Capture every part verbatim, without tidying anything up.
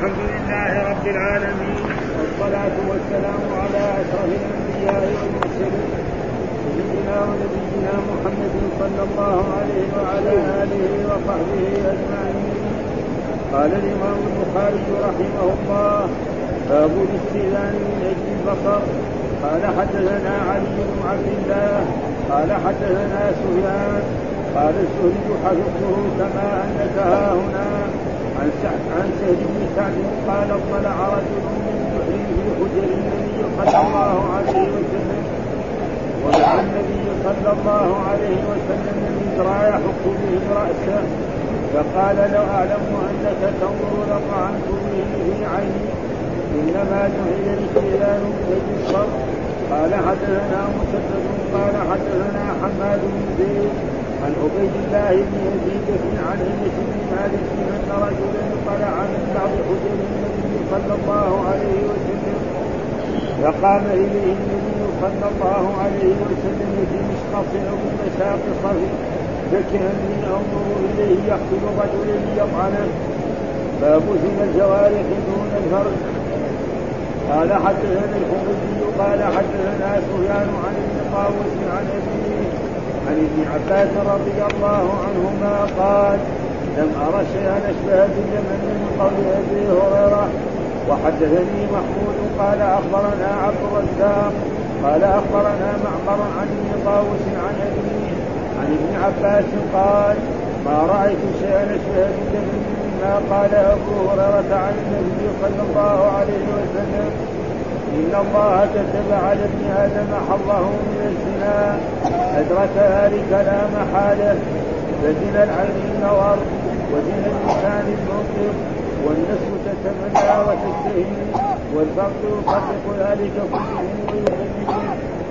الحمد لله رب العالمين والصلاة والسلام على أشرف الأنبياء والمرسلين سيدنا ونبينا محمد صلى الله عليه وعلى آله وصحبه أجمعين. قال الإمام البخاري رحمه الله: باب الاستئذان من أجل البصر. قال حدثنا علي بن عبد الله قال حدثنا سفيان قال الزهري حفظته كما أنك ها هنا عن سعد عن سهل بن سعد قال اطلع رجل من جحر في حجر النبي صلى الله عليه وسلم ودعا النبي صلى الله عليه وسلم المزرع يحك به رأسه فقال: لو أعلم أنك تنظر لطعنت به في عيني إنما جعل الاستئذان من أجل الصبر. قال حدثنا مسدد قال حدثنا حماد بن زيد عن عبيد الله بن يزيد عن انس بن مالك ان رجلا طلع من بعض حجر النبي صلى الله عليه وسلم فقام اليه النبي صلى الله عليه وسلم في مشقص او مساقص فكاني انظر اليه يقتل رجلا ليطعنه. باب زنا الجوارح دون الفرج. قال حدثنا الحميدي قال حدثنا سفيان عن ابن طاووس عن ابيه عن ابن عباس رضي الله عنهما قال: لم أرى شيئا أشبه باليمن من قول أبي هريرة. وحدثني محمود قال أخبرنا عبد الرزاق قال أخبرنا معمر عن ابن طاووس عن أبيه عن ابن عباس قال: ما رأيت شيئا أشبه باليمن مما قال أبو هريرة عن النبي صلى الله عليه وسلم: إن الله كتب على ابن آدم حظه من الزنا أدرك ذلك لا محالة. فزنا العين النظر وزنا اللسان المنطق والنفس تتمنى وتشتهي والفرد يصدق ذلك كله ويكذبه.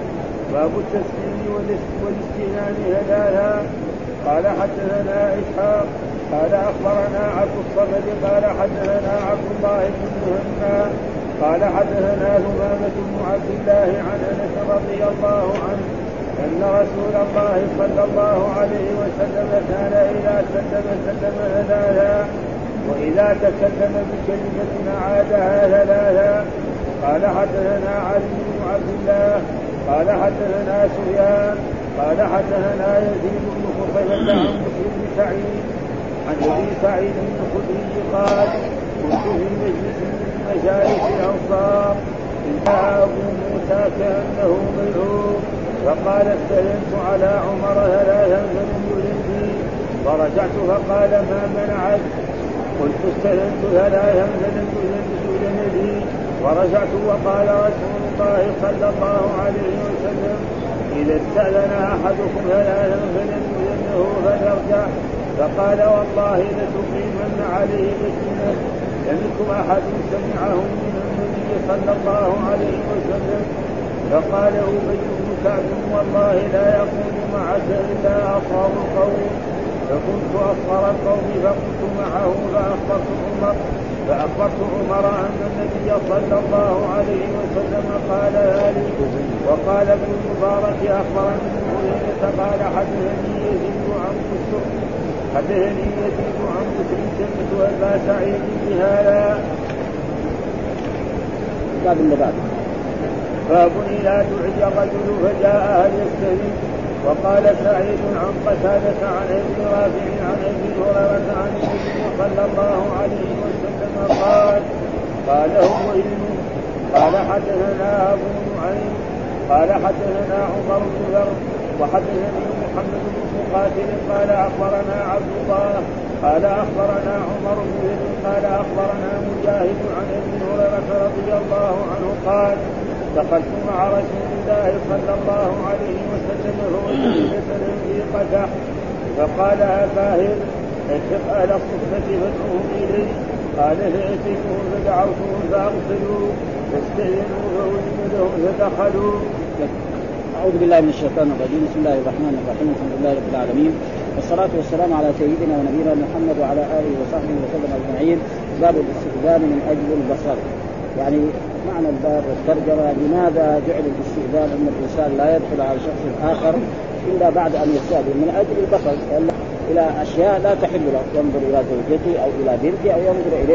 باب التسليم والاستئذان هداها. قال حدثنا إسحاق قال أخبرنا عبد الصمد قال حدثنا عبد الله بن مهنا قال حدثنا همامة بن عبد الله عن أنس رضي الله عنه أن رسول الله صلى الله عليه وسلم كان إذا سلم سلم ثلاثا وإذا تكلم بكلمة عادها ثلاثا. قال حدثنا علي بن عبد الله قال حدثنا سفيان قال حدثنا يزيد بن خصيبة عن مسلم بن سعيد عن ابي سعيد الخدري قال: كنت في مجلس من مجالس الانصار انتهى ابو موسى كانه ملعون فقال: استلمت على عمر ثلاثا فلم يلمني فرجعت فقال: ما منعك؟ قلت: استلمت ثلاثا فلم يلمني ورجعت وقال رسول الله صلى الله عليه وسلم: اذا استأذن احدكم ثلاثا فلم يلمنه فليرجع. فقال: والله لتقيمن عليه بسنة لم يكن أحد سمعه من النبي صلى الله عليه وسلم. فقال أبي بن كعب: والله لا يكون معك إلا أصغر القوم. فكنت أصغر القوم فكنت معه فأخبرت عمر فأخبرت عمر أن النبي صلى الله عليه وسلم قال ذلك. وقال ابن المبارك أخبرني هريرة قال حدثني يزيد عن مسلم حدثني يزيد عن مسلم سمعت أبا سعيد بهذا. باب اللباب. باب إذا دعي الرجل فجاء هل يستهزئ. وقال سعيد عن قتادة عن ابي رافع عن ابي هريرة عن النبي صلى الله عليه وسلم قال: قال هو ابن قال حدثنا أبو نعيم قال حدثنا عمر بن ذر وحدثني محمد بن مقاتل قال أخبرنا عبد الله قال أخبرنا عمر بن ذر قال أخبرنا مجاهد عن ابي هريرة رضي الله عنه قال: دخلت مع رسول الله صلى الله عليه وسلم فوجدت في قدح فقال: أفاهر اتق أهل الصفة فادعوهم إليه. قال: فأتيته فدعوتهم فأرسلوا فاستئذنوا فوجد لهم فدخلوا. أعوذ بالله من الشيطان الرجيم. بسم الله الرحمن الرحيم. الحمد لله رب العالمين والصلاة والسلام على سيدنا ونبينا محمد وعلى آله وصحبه وسلم أجمعين. باب الاستئذان من أجل البصر. يعني معنى الباب والترجمة: لماذا جعل الاستئذان أن الإنسان لا يدخل على شخص آخر إلا بعد أن يستأذن من أجل البصر إلى أشياء لا تحل له، ينظر إلى زوجته أو إلى بنته أو ينظر إليه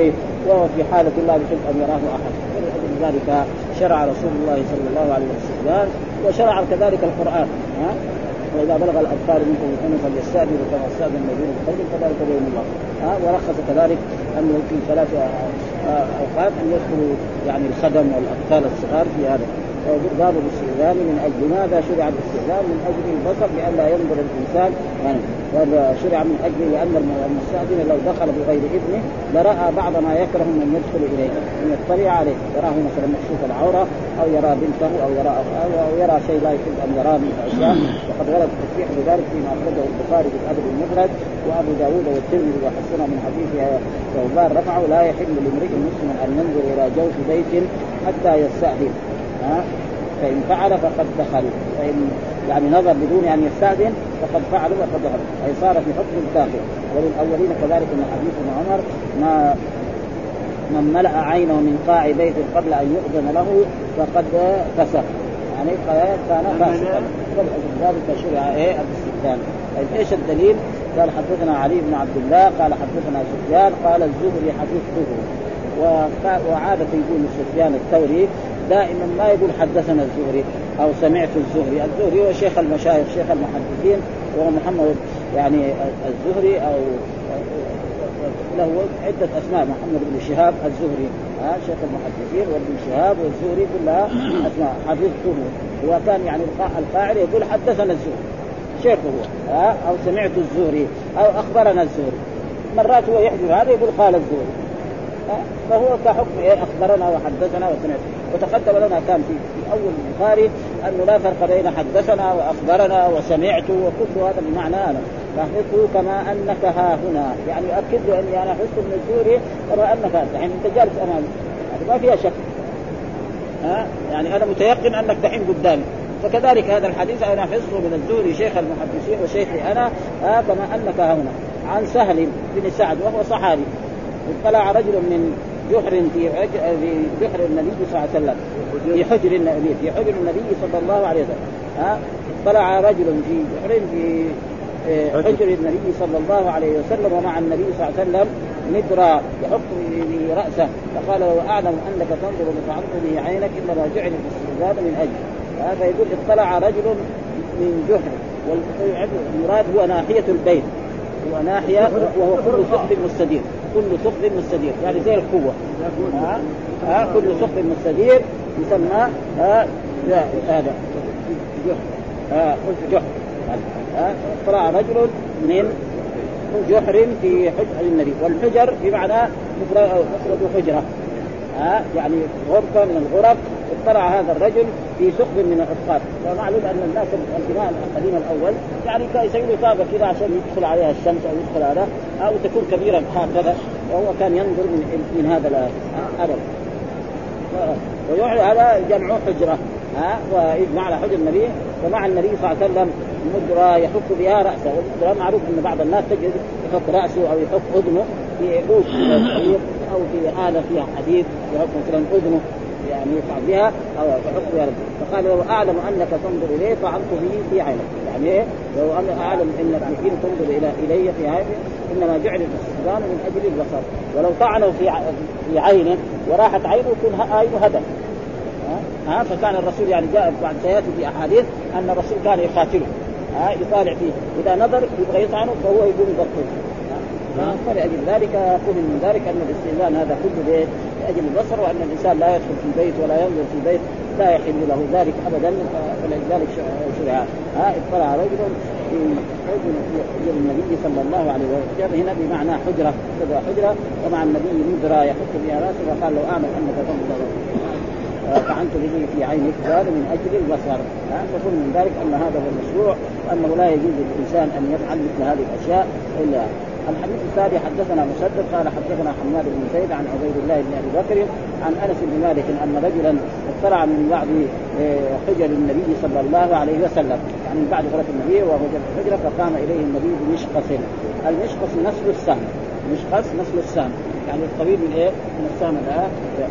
وهو في حالة لا يحب أن يراه أحد. ولذلك شرع رسول الله صلى الله عليه وسلم وشرع كذلك القرآن ها؟ وإذا بلغ الأطفال منكم الحلم فليستأذنوا كما استأذن النبي من قبل كذلك بين الله ها؟ ورخص كذلك أنه في ثلاث أوقات أن يدخلوا يعني الخدم والأطفال الصغار في هذا. باب الاستئذان من أجل ماذا شرع الاستئذان؟ من أجل البصر لئلا ينظر الإنسان يعني. وشرع من أجل لأن المستأذن لو دخل بغير إذنه لرأى بعض ما يكره من يدخل إليه من يطلع عليه، يراه مثلا مكشوف العورة أو يرى بنته أو يرى أو يرى شيء لا يحب أن يراه من الأشياء. وقد ورد التصريح بذلك فيما أخرجه البخاري في الأدب المفرد وأبو داود والترمذي وحسنه من حديث ثوبان رفعه لا يحل لامرئ مسلم أن ينظر إلى جوف بيت حتى يستأذن ها؟ فإن فعل فقد دخل، فإن يعني نظر بدون أن يستأذن فقد فعل وقد دخل، أي صار في حكم الكافر. وللأولين كذلك من حديث ابن عمر ما من ملأ عينه من قاع بيت قبل أن يؤذن له فقد فسق يعني كان فاسقا. ولذلك شرع إيه الاستئذان. إيش الدليل؟ قال حدثنا علي بن عبد الله قال حدثنا سفيان قال الزهري حديثه. وعادة يقول سفيان الثوري دائما ما يقول حدثنا الزهري أو سمعت الزهري. الزهري هو شيخ المشايخ شيخ المحدثين وهو محمد يعني الزهري أو له عدة أسماء، محمد بن شهاب الزهري ها شيخ المحدثين وابن شهاب والزهري كلها أسماء حفظته. هو كان يعني القاعدة يقول حدثنا الزهري شيخه هو ها أو سمعت الزهري أو أخبرنا الزهري. مرات هو يحجر هذا يقول قال الزهري فهو كحكم إيه أخبرنا وحدثنا وسمعت. وتقدم لنا كان في, في أول البخاري أنه لا فرق بين حدثنا وأخبرنا وسمعت وكل هذا بمعنى أنا فحفظه كما أنك ها هنا يعني أكد له أني أنا حفظت من الزهري كما أنك أنت يعني أنت جالس أمامي يعني ما فيها شك ها يعني أنا متيقن أنك دحين قدامي. فكذلك هذا الحديث أنا حفظته من الزهري شيخ المحدثين وشيخي أنا ها كما أنك ها هنا. عن سهل بن سعد وهو صحابي اطلع رجل من جحر في جحر النبي صلى الله عليه وسلم في حجر النبي في حجر النبي صلى الله عليه وسلم ها اطلع رجل في جحر في حجر النبي صلى الله عليه وسلم ومع النبي صلى الله عليه وسلم ندرى يحط برأسه فقال له أعلم أنك تنظر فعنت به عينك إنما جعل الاستئذان من أجل. فيقول اطلع رجل من جحر والمراد هو ناحية البيت هو ناحية وهو كل ثقب مستدير كل ثقب مستدير يعني زي القوة ها ها كل ثقب مستدير يسمى ها هذا جحر ها قلت جحر ها طلع رجل من جحر في حجر النبي والحجر بمعنى مفرد حجرة ها يعني غرفة من الغرف. اطلع هذا الرجل في ثقب من الأثقاب. ومعلوم أن الناس البناء القديم الأول يعني يسوي طابة كذا عشان يدخل عليها الشمس أو يدخل على أو تكون كبيرة هكذا وهو كان ينظر من, من هذا الأبد. ويعلى هذا جمع حجرة ها ويجمع على حجر النبي. ومع النبي صلى الله عليه وسلم مدرى يحك بها رأسه. والمدرى معروف أن بعض الناس تجد يحك رأسه أو يحك أذنه في عود أو في آلة فيها حديد يحك مثلا أذنه يعني يفعل بها أو يحك بها. فقال لو أعلم أنك تنظر إليه فعنت به في عينك يعني إيه لو أنا أعلم أنك حين تنظر إلى إلي في عيني إنما جعل الاستئذان من أجل البصر. ولو طعنوا في في عينه وراحت عينه يكون عينه هدف ها. فكان الرسول يعني جاء بعد سياتي في احاديث ان الرسول كان يقاتله ها يطالع فيه اذا نظر يبغى يطعنه فهو يقوم يضبطه. فلأجل ذلك فهم من ذلك ان الاستئذان هذا كله لاجل البصر وان الانسان لا يدخل في البيت ولا ينظر في البيت لا يحل له ذلك ابدا. فلذلك شرع ها اطلع رجل في حجر النبي صلى الله عليه وسلم هنا بمعنى حجره كذا حجره ومع النبي مدرى يحك بها راسه وقال لو اعلم انك تنظر فعنت به في عينك هذا من أجل البصر. فكل من ذلك أن هذا هو المشروع وأنه لا يجوز للإنسان أن يفعل مثل هذه الأشياء إلا. الحديث الثاني حدثنا مسدد قال حدثنا حماد بن زيد عن عبيد الله بن أبي بكر عن أنس بن مالك أن رجلا اطلع من بعض حجر النبي صلى الله عليه وسلم يعني من بعد غرف النبي وهو الحجرة فقام إليه النبي بمشقص. المشقص نسل السهم مشقص نسل السهم يعني الطويل من إيه من السهم هذا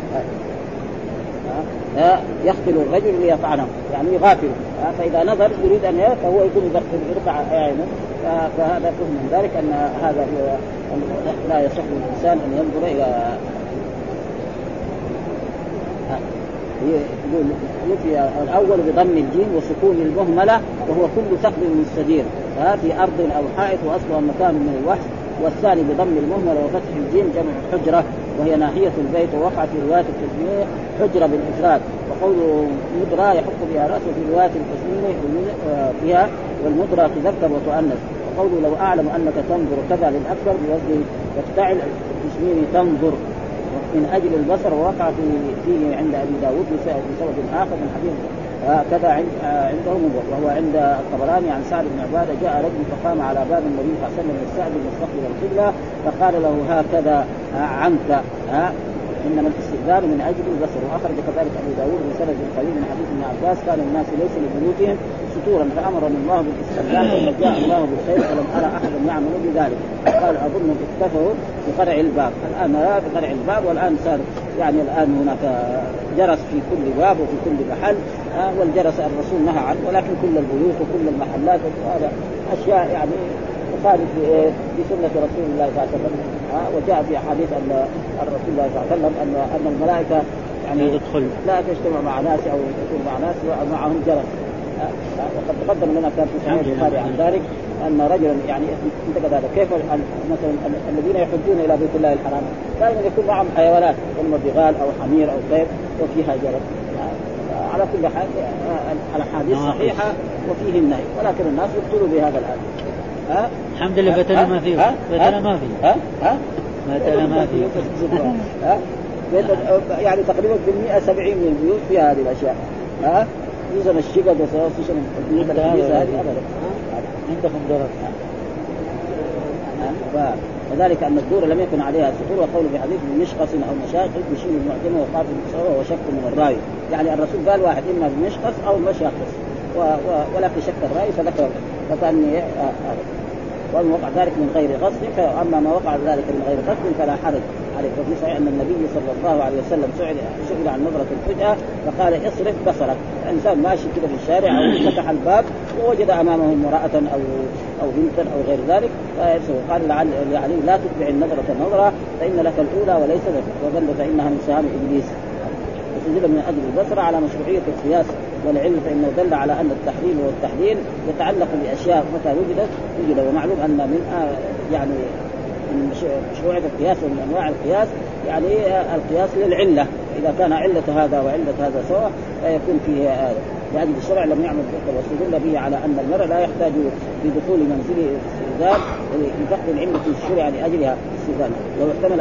يقتل الرجل ليطعنه يعني يغافل. فإذا نظر يريد أن فهو يكون يرفع عينه. فهذا فهم من ذلك أن هذا لا يصح للإنسان أن ينظر إلى يقول يفي الأول بضم الجيم وسكون المهملة وهو كل ثقب مستدير في أرض أو حائط وأصله مكان من الوحش، والثاني بضم المهملة وفتح الجيم جمع حجرة وهي ناحية البيت، ووقع في رواية التسمية حجرة بالإفراد، وقوله مدرى يحق بها رأسه في رواية التسمية فيها والمدرى تذكر وتؤنث، وقوله لو أعلم أنك تنظر كذا للأكبر بوزن يفتعل التسمية تنظر من أجل البصر، ووقع فيه عند أبي داود بسبب آخر من حديث كذا عنده مبر، وهو عند الطبراني عن سعد بن عبادة جاء رجل فقام على باب النبي صلى الله عليه وسلم يستأذن مستقبل القبلة فقال له هكذا عنك ها إنما الاستئذان من أجل البصر. وأخرج كذلك أبو داود بسند قليل من حديث ابن عباس كان الناس ليس لبيوتهم ستورا فأمرني الله بالاستئذان ثم جاء الله بالخير فلم أرى أحدا يعمل بذلك، قال أظن اكتفوا بقرع الباب، الآن بقرع الباب والآن صار يعني الآن هناك جرس في كل باب وفي كل محل، والجرس الرسول نهى عنه، ولكن كل البيوت وكل المحلات هذا أشياء يعني تخالف في سنة رسول الله صلى الله عليه وسلم. وجاء في حديث أن الرسول الله صلى الله عليه وسلم أن أن الملائكة يعني تدخل لا تجتمع مع ناس أو تكون مع ناس ومعهم جرس. وقد تقدم لنا كان في صحيح البخاري عن ذلك أن رجلا يعني انتقد هذا كيف مثلا الذين يحجون إلى بيت الله الحرام دائما يكون معهم حيوانات إما بغال أو حمير أو طير وفيها جرس. على كل حال الأحاديث صحيحة وفيه النهي، ولكن الناس يبطلوا بهذا الآن. ها الحمد لله بتنا ما فيه بتنا ما فيه ها ها بتنا ما فيه ها يعني تقريبا بالمئة سبعين من البيوت فيها هذه الأشياء، ها يوزن الشقق وخصوصا البيوت الحديثة هذه أبدا عندكم دورة. وذلك أن الدور لم يكن عليها سطور، وقول في حديث من مشقص أو مشاقص بشيء المعتمة وقاف المصورة وشك من الرأي، يعني الرسول قال واحد إما بمشقص أو مشاقص و... و... ولكن شك الرأي فذكر فكأني وأن وقع ذلك من غير قصد، فأما ما وقع ذلك من غير قصد فلا حرج عليه. وفي صحيح أن النبي صلى الله عليه وسلم سئل سئل عن نظرة الفجأة فقال اصرف بصرك، الإنسان ماشي كده في الشارع أو فتح الباب ووجد أمامه امرأة أو أو بنتا أو غير ذلك قال لعل يعني لا تتبع النظرة نظرة فإن لك الأولى وليس لك، وقال فإنها من سهام إبليس. وسجل من أجل البصر على مشروعية القياس والعلم، فإنه دل على أن التحريم والتحليل يتعلق بأشياء متى وجدت وجد، ومعلوم أن من يعني من مشروعية القياس ومن أنواع القياس يعني القياس للعلة، إذا كان علة هذا وعلة هذا سواء يكون فيه هذا. لأجل الشرع لم يعمل ذلك، واستدل به على أن المرء لا يحتاج في دخول منزله استئذان لفقد العلة الشرع لأجلها استئذان، لو احتمل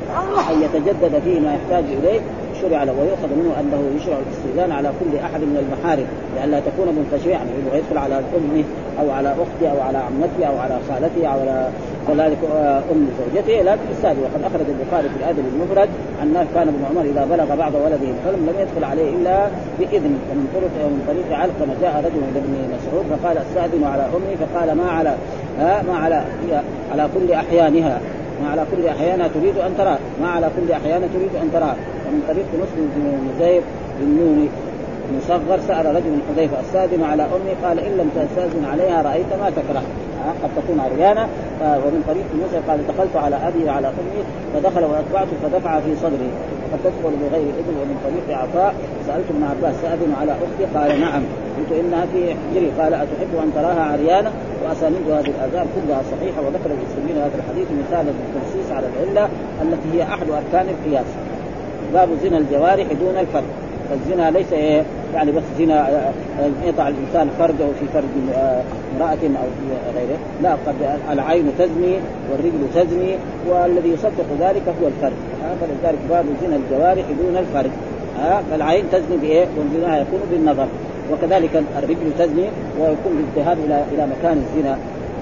أن يتجدد فيه ما يحتاج إليه شرع له، ويؤخذ منه أنه يشرع الاستئذان على كل أحد من المحارم لئلا تكون منتشرة، يعني يبغى يدخل على أمه أو على أخته أو على عمته أو على خالته أو على كذلك أم زوجته لا تستأذن. وقد أخرج البخاري في الأدب المفرد أن كان ابن عمر إذا بلغ بعض ولده الحلم لم يدخل عليه إلا بإذن. ومن طرق ومن طريق علقمة جاء رجل إلى ابن مسعود فقال استأذن على أمي، فقال ما على ها ما على على كل أحيانها ما على كل أحيانها تريد أن ترى ما على كل أحيانها تريد أن ترى. ومن طريق مسلم بن زيد بن نوني مصغر سأل رجل من حذيفة استأذن على أمي قال إن لم تستأذن عليها رأيت ما تكره قد تكون عريانة. ومن طريق موسى قال دخلت على أبي وعلى أمي فدخل وأتبعته فدفع في صدري قد تدخل بغير إذن. ومن طريق عطاء سألت ابن عباس سأذن على أختي قال نعم قلت إنها في حجري قال أتحب أن تراها عريانة. وأسانيد هذه الآثار كلها صحيحة، وذكر المسلمين هذا الحديث مثالا للتنصيص على العلة التي هي أحد أركان القياس. باب زنا الجوارح دون الفرد. الزنا ليس إيه يعني بس زنا يضع الإنسان فرجه في فرج امرأة أو في غيره، لا قد العين تزني والرجل تزني والذي يصدق ذلك هو الفرج. فلذلك باب زنا الجوارح دون الفرج. فالعين تزني بإيه والزنا يكون بالنظر، وكذلك الرجل تزني ويكون بالذهاب إلى إلى مكان الزنا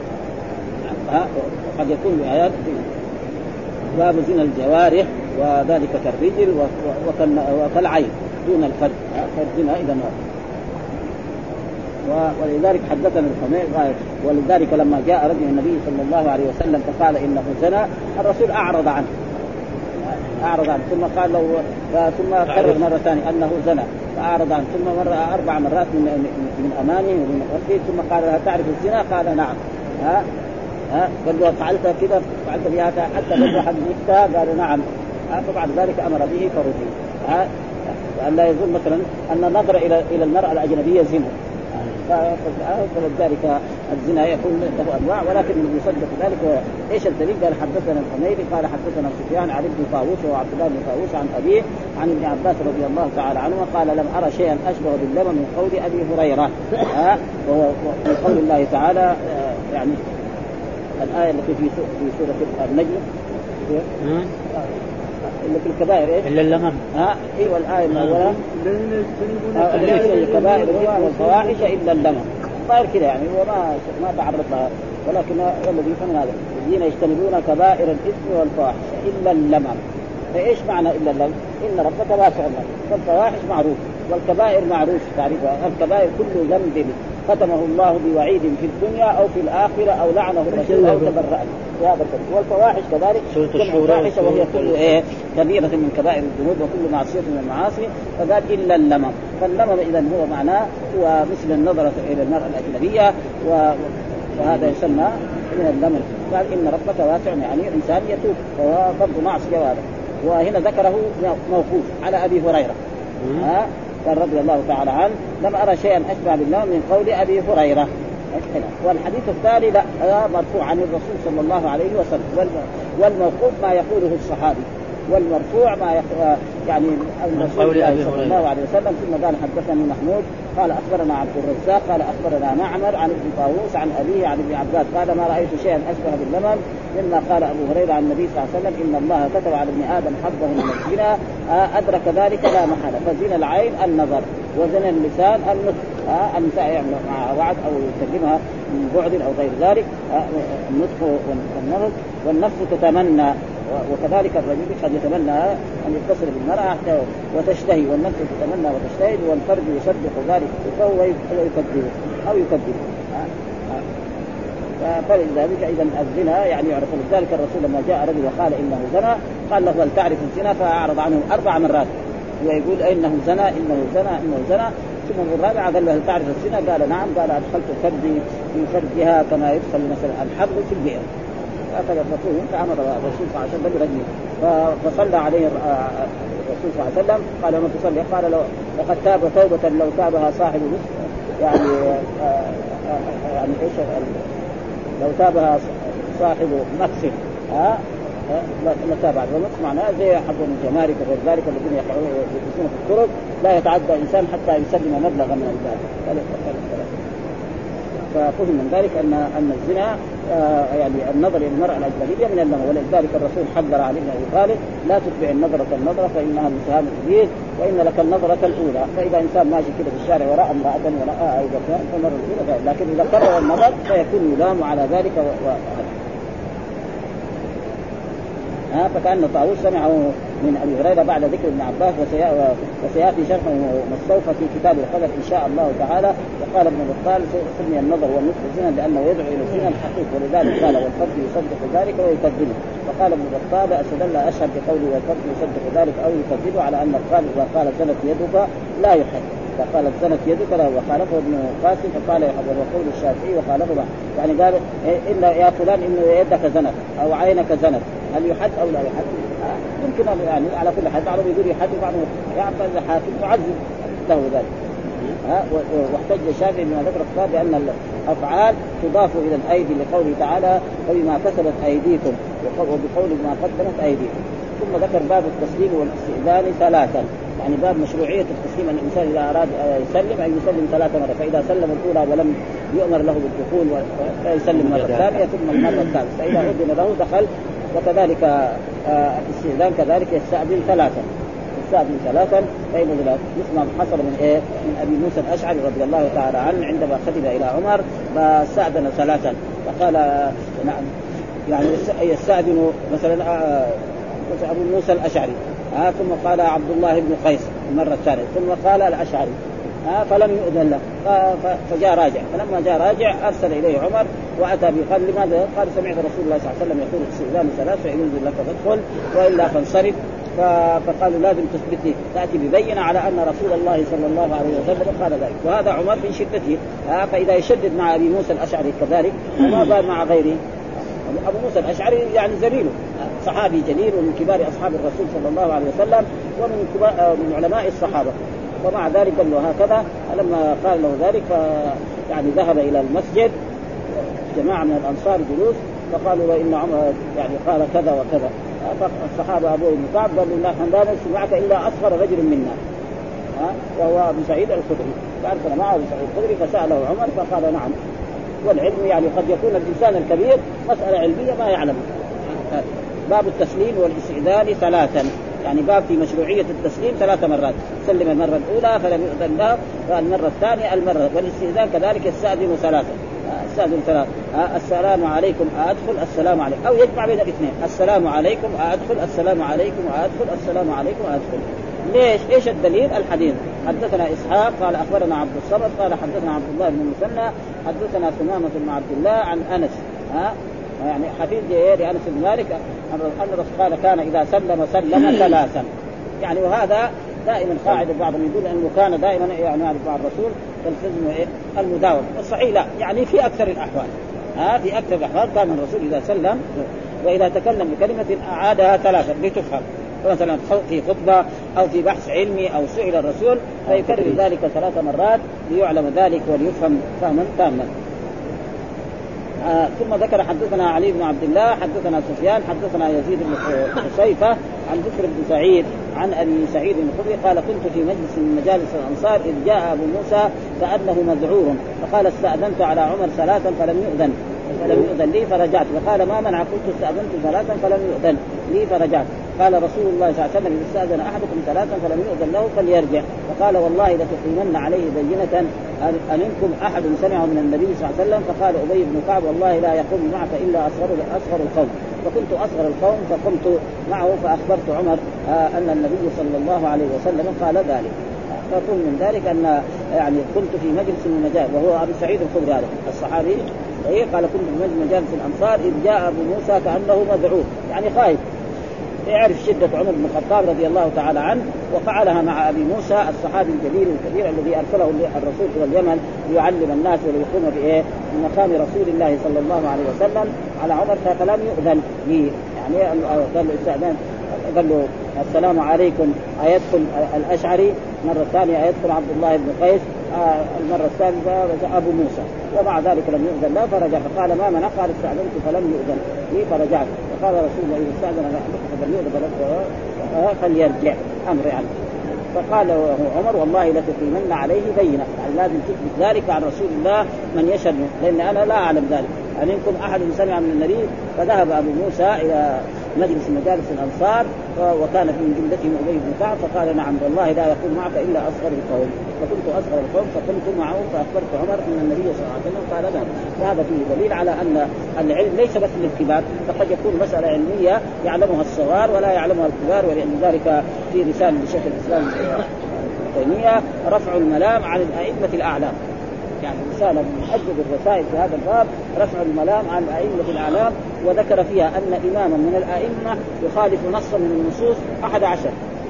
قد يكون بآيات. باب زنا الجوارح وذلك كالرجل وكالعين دون الفرد فالزنا إذا ولذلك حدثنا الحميد. ولذلك لما جاء رجل النبي صلى الله عليه وسلم فقال إنه زنى الرسول أعرض عنه أعرض عنه ثم قال له ثم كرر مرة ثانية أنه زنى فأعرض عنه ثم مرة أربع مرات من من أمامه ومن خلفه ثم قال تعرف الزنا قال نعم ها ها قال له فعلت كذا فعلت بها حتى بدأ حد نكتة قال نعم. فبعد ذلك أمر به فرجه. وأن لا يظن مثلا أن نظر إلى إلى المرأة الأجنبية زنا، فلذلك الزنا يكون له أنواع ولكن يصدق ذلك. إيش الدليل؟ قال حدثنا الحميدي قال حدثنا سفيان عن ابن طاووس وعبد الله بن طاووس عن أبيه عن ابن عباس رضي الله تعالى عنهما قال لم أرى شيئا أشبه باللمم من قول أبي هريرة. ها ومن قول الله تعالى يعني الآية التي في في سورة النجم اللي في الكبائر إيه؟ إلا اللمم. ها أيوة الآية الأولى الذين يجتنبون الكبائر والفواحش إلا اللمم. طيب كده يعني وما ما تعرض لها، ولكن الذي يفهم هذا الذين يجتنبون كبائر الإثم والفواحش إلا اللمم. فإيش معنى إلا اللمم؟ إن ربك واسع اللمم. فالفواحش معروف والكبائر معروف تعريفها. الكبائر كل ذنب ختمه الله بوعيد في الدنيا أو في الآخرة أو لعنه الرسول أو تبرأ بهذا الكلام. والفواحش كذلك الفاحشة وهي كل إيه كبيرة من كبائر الذنوب وكل معصية من المعاصي. فقال إلا اللمم. فاللمم إذن هو معناه هو مثل النظرة إلى المرأة الأجنبية وهذا يسمى من اللمم. قال إن ربك واسع يعني إنسان يتوب وهو برضو معصية هذا. وهنا ذكره موقوف على أبي هريرة ها قال رضي الله تعالى عنه لم أرى شيئا أشبه باللمم من قول أبي هريرة. والحديث الثاني لا مرفوع عن الرسول صلى الله عليه وسلم. والموقوف ما يقوله الصحابي والمرفوع ما يق... يعني الرسول صلى الله عليه وسلم. ثم قال حدثني محمود قال أخبرنا عبد الرزاق قال أخبرنا معمر عن ابن طاووس عن أبيه عن ابن عباس قال ما رأيت شيئا أشبه باللمم مما قال أبو هريرة عن النبي صلى الله عليه وسلم إن الله كتب على ابن آدم حظه من الزنا أدرك ذلك لا محالة. فزنا العين النظر وزنا اللسان النطق. النساء يعمل مع وعد أو يكلمها من بعد أو غير ذلك النطق والنظر. والنفس تتمنى وكذلك الرجل قد يتمنى أن يتصل بالمرأة وتشتهي والنفس تتمنى وتشتهي والفرد يصدق ذلك ويكذبه أو يكذبه. فلذلك إذا الزنا يعني يعرف. لذلك الرسول لما جاء رجل وقال إنه زنا قال له هل تعرف الزنا؟ فأعرض عنه أربع مرات ويقول إنه زنا إنه زنا إنه زنا. ثم الرابعة قال له هل تعرف الزنا؟ قال نعم. قال أدخلت كبدي في فرجها كما يدخل مثلا الحبل في البئر. هكذا الرسول فأمر الرسول صلى الله عليه وسلم برجمه. فصلى عليه الرسول صلى الله عليه وسلم قال لما تصلي قال لو لقد تاب توبة لو تابها صاحب يعني يعني ايش لو تابها صاحب نفس ها لتابع. والنفس معناه زي حظ الجمارك وغير ذلك الذين يقعون يلبسون في الطرق لا يتعدى إنسان حتى يسلم مبلغا من المال. ففهم من ذلك أن أن الزنا آه يعني النظر إلى المرأة الأجنبية من اللمم. ولذلك الرسول حذر عليه بن أبي طالب لا تتبع النظرة النظرة فإنها من سهام الدين وإن لك النظرة الأولى. فإذا إنسان ماشي كده في الشارع وراء امرأة وراء أيضا فالنظرة الأولى، لكن إذا قرر النظر فيكون يلام على ذلك و... و... ها فكأن طاووس سمعه من أبي هريرة بعد ذكر ابن عباس وسيأتي شرحه مستوفى في كتاب القدر إن شاء الله تعالى. وقال ابن بطال سمي النظر والنطق زنا لأنه يدعو إلى الزنا الحقيقي ولذلك قال والفرد يصدق ذلك ويكذبه. وقال ابن بطال أستدل أشهر بقوله والفرد يصدق ذلك أو يكذبه على أن القائل إذا قال زنت يدك لا يحد فقال زنت يدك لا. وخالفه ابن قاسم فقال يحد وقول الشافعي وخالفه يعني قال إلا يا فلان إن يدك زنت أو عينك زنت هل يحد أو لا يحد؟ يمكن يعني على كل حد بعضهم يقول يحد وبعضهم يعرف الحاكم يعزز له ذلك. ها واحتج الشافعي بما ذكر الكتاب بأن الأفعال تضاف إلى الأيدي لقوله تعالى وبما كسبت أيديكم وبقول ما قدمت أيديكم. ثم ذكر باب التسليم والاستئذان ثلاثا يعني باب مشروعية التسليم أن الإنسان إذا أراد يسلم أن يسلم ثلاث مرات فإذا سلم الأولى ولم يؤمر له بالدخول فيسلم مرة ثانية ثم المرة الثالثة فإذا أذن له دخل. وكذلك الاستئذان كذلك يستأذن ثلاثا يستأذن ثلاثا فإن ذلك مثل ما حصل من إيه من أبي موسى الأشعري رضي الله تعالى عنه عندما خطب إلى عمر فاستأذن ثلاثا فقال نعم يعني يستأذن مثلا أبو موسى الأشعري آه ثم قال عبد الله بن قيس المرة الثانية ثم قال الأشعري آه فلم يؤذن له فجاء راجع. فلما جاء راجع أرسل إليه عمر وأتى بقال لماذا؟ قال سمعت رسول الله صلى الله عليه وسلم يقول الاستئذان ثلاث فإن يؤذن لك فادخل وإلا فانصرف. فقالوا لازم تثبت لي تأتي ببينة على أن رسول الله صلى الله عليه وسلم قال ذلك. وهذا عمر من شدته آه فإذا يشدد مع أبي موسى الأشعري كذلك ما بال مع غيره أبو موسى الأشعري يعني زميله صحابي جليل ومن كبار أصحاب الرسول صلى الله عليه وسلم ومن كبار من علماء الصحابة. ومع ذلك قال له هكذا. فلما قال له ذلك يعني ذهب إلى المسجد جماعة من الأنصار جلوس فقالوا له إن عمر يعني قال كذا وكذا. فالصحابة أبو بن كعب قال له نحن لا نرسل معك إلا أصغر رجل منا وهو أبو سعيد الخدري. فأرسل معه أبو سعيد الخدري فسأله عمر فقال نعم. والعلم يعني قد يكون الإنسان الكبير مسألة علمية ما يعلم. باب التسليم والاستئذان ثلاثا، يعني باب في مشروعية التسليم ثلاث مرات، سلم المرة الأولى فلم يؤذن له، والمرة الثانية المرة، والاستئذان كذلك يستأذن ثلاثا. استأذن ثلاثة السلام عليكم أدخل السلام عليكم، أو يجمع بين الاثنين السلام عليكم أدخل السلام عليكم أدخل السلام عليكم أدخل. ليش؟ إيش الدليل؟ الحديث. حدثنا إسحاق قال أخبرنا عبد الصمد قال حدثنا عبد الله بن المثنى حدثنا ثمامة بن عبد الله عن أنس ها يعني حفيد لأنس بن مالك أن الرسول قال كان إذا سلم سلم ثلاثا. يعني وهذا دائما قاعدة بعضهم يقول أنه كان دائما يعني مع الرسول تلتزم إيه المداومة. الصحيح لا، يعني في أكثر الأحوال ها في أكثر الأحوال كان الرسول إذا سلم وإذا تكلم بكلمة أعادها ثلاثا لتفهم، مثلا في خطبة أو في بحث علمي أو سئل الرسول فيكرر ذلك ثلاث مرات ليعلم ذلك وليفهم فهما تاما. آه ثم ذكر حدثنا علي بن عبد الله حدثنا سفيان حدثنا يزيد بن حسيفة عن بكر بن سعيد عن أبي سعيد الخدري قال كنت في مجلس من مجالس الأنصار إذ جاء أبو موسى كأنه مذعور فقال استأذنت على عمر ثلاثا فلم يؤذن فلم يؤذن لي فرجعت فقال ما منع قلت استأذنت ثلاثا فلم يؤذن لي فرجعت قال رسول الله صلى الله عليه وسلم إذا استأذن أحدكم ثلاثا فلم يؤذن له فليرجع فقال والله لتقيمن عليه بينة أمنكم أحد سمعه من النبي صلى الله عليه وسلم فقال أبي بن كعب والله لا يقوم معك إلا أصغر أصغر القوم فكنت أصغر القوم فقمت معه فأخبرت عمر أن النبي صلى الله عليه وسلم قال ذلك. فكن من ذلك أن يعني كنت في مجلس من مجال وهو أبي سعيد الخدري هذا الصحابي قال كنت في مجلس الأنصار إذ جاء أبو موسى كأنه مذعور يعني خايف يعرف شدة عمر بن الخطاب رضي الله تعالى عنه وفعلها مع أبي موسى الصحابي الجليل الكبير الذي أرسله الرسول إلى اليمن ليعلم الناس وليقوم بإيه بمقام رسول الله صلى الله عليه وسلم على عمر فلم يؤذن لي يعني قال له استأذن قال له السلام عليكم أيدخل الأشعري مرة ثانية أيدخل عبد الله بن قيس آه المرة الثالثة أبو موسى ومع ذلك لم يؤذن له فرجع فقال ما منع قال استأذنت فلم يؤذن لي فرجعت فقال رسول الله إذا استأذن فلم يؤذن له فليرجع أمر يعني. فقال عمر والله لتقيمن عليه بينة يعني لازم تثبت ذلك عن رسول الله من يشهد لأن أنا لا أعلم ذلك أمنكم أحد سمع من النبي. فذهب أبو موسى إلى مجلس مجالس الأنصار وكان في جملتهم أبي بن كعب فقال نعم والله لا يقول معك إلا أصغر القوم فكنت أصغر القوم فقمت معه فأخبرت عمر أن النبي صلى الله عليه وسلم قال ذلك. فهذا فيه دليل على أن العلم ليس بس للكبار فقد يكون مسألة علمية يعلمها الصغار ولا يعلمها الكبار. ولأن ذلك في رسالة لشيخ الإسلام تيمية رفع الملام عن الأئمة الأعلام يعني رسالة من أجل الرسائل في هذا الباب رفع الملام عن الأئمة الأعلام وذكر فيها أن إماما من الأئمة يخالف نصا من النصوص أحد عشر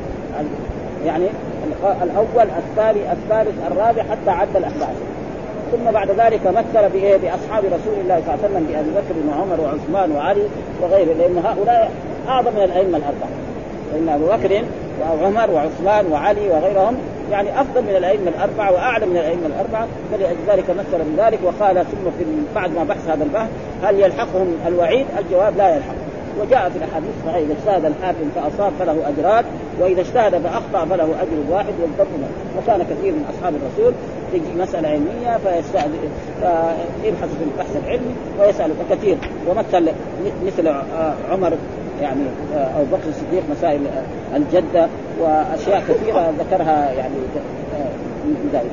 يعني الأول الثاني الثالث الرابع حتى عد الأحد عشر. ثم بعد ذلك مثل بإيه بأصحاب رسول الله صلى الله عليه وسلم بأبي بكر وعمر وعثمان وعلي وغيره لأن هؤلاء أعظم من الأئمة الأربعة لأن أبو بكر وعمر وعثمان وعلي وغيرهم يعني أفضل من الأئمة الأربعة وأعلم من الأئمة الأربعة. فلذلك مثل بذلك وقال ثم في بعد ما بحث هذا البحث هل يلحقهم الوعيد؟ الجواب لا يلحق. وجاء في الأحاديث صحيحة إذا اجتهد الحاكم فأصاب فله أجران وإذا اجتهد فأخطأ فله أجر واحد والضبط. وكان كثير من أصحاب الرسول تجي مسألة علمية فيبحث في البحث العلمي ويسأل كثير ومثل مثل عمر يعني أو بكر الصديق مسائل الجدة وأشياء كثيرة ذكرها يعني من ذلك.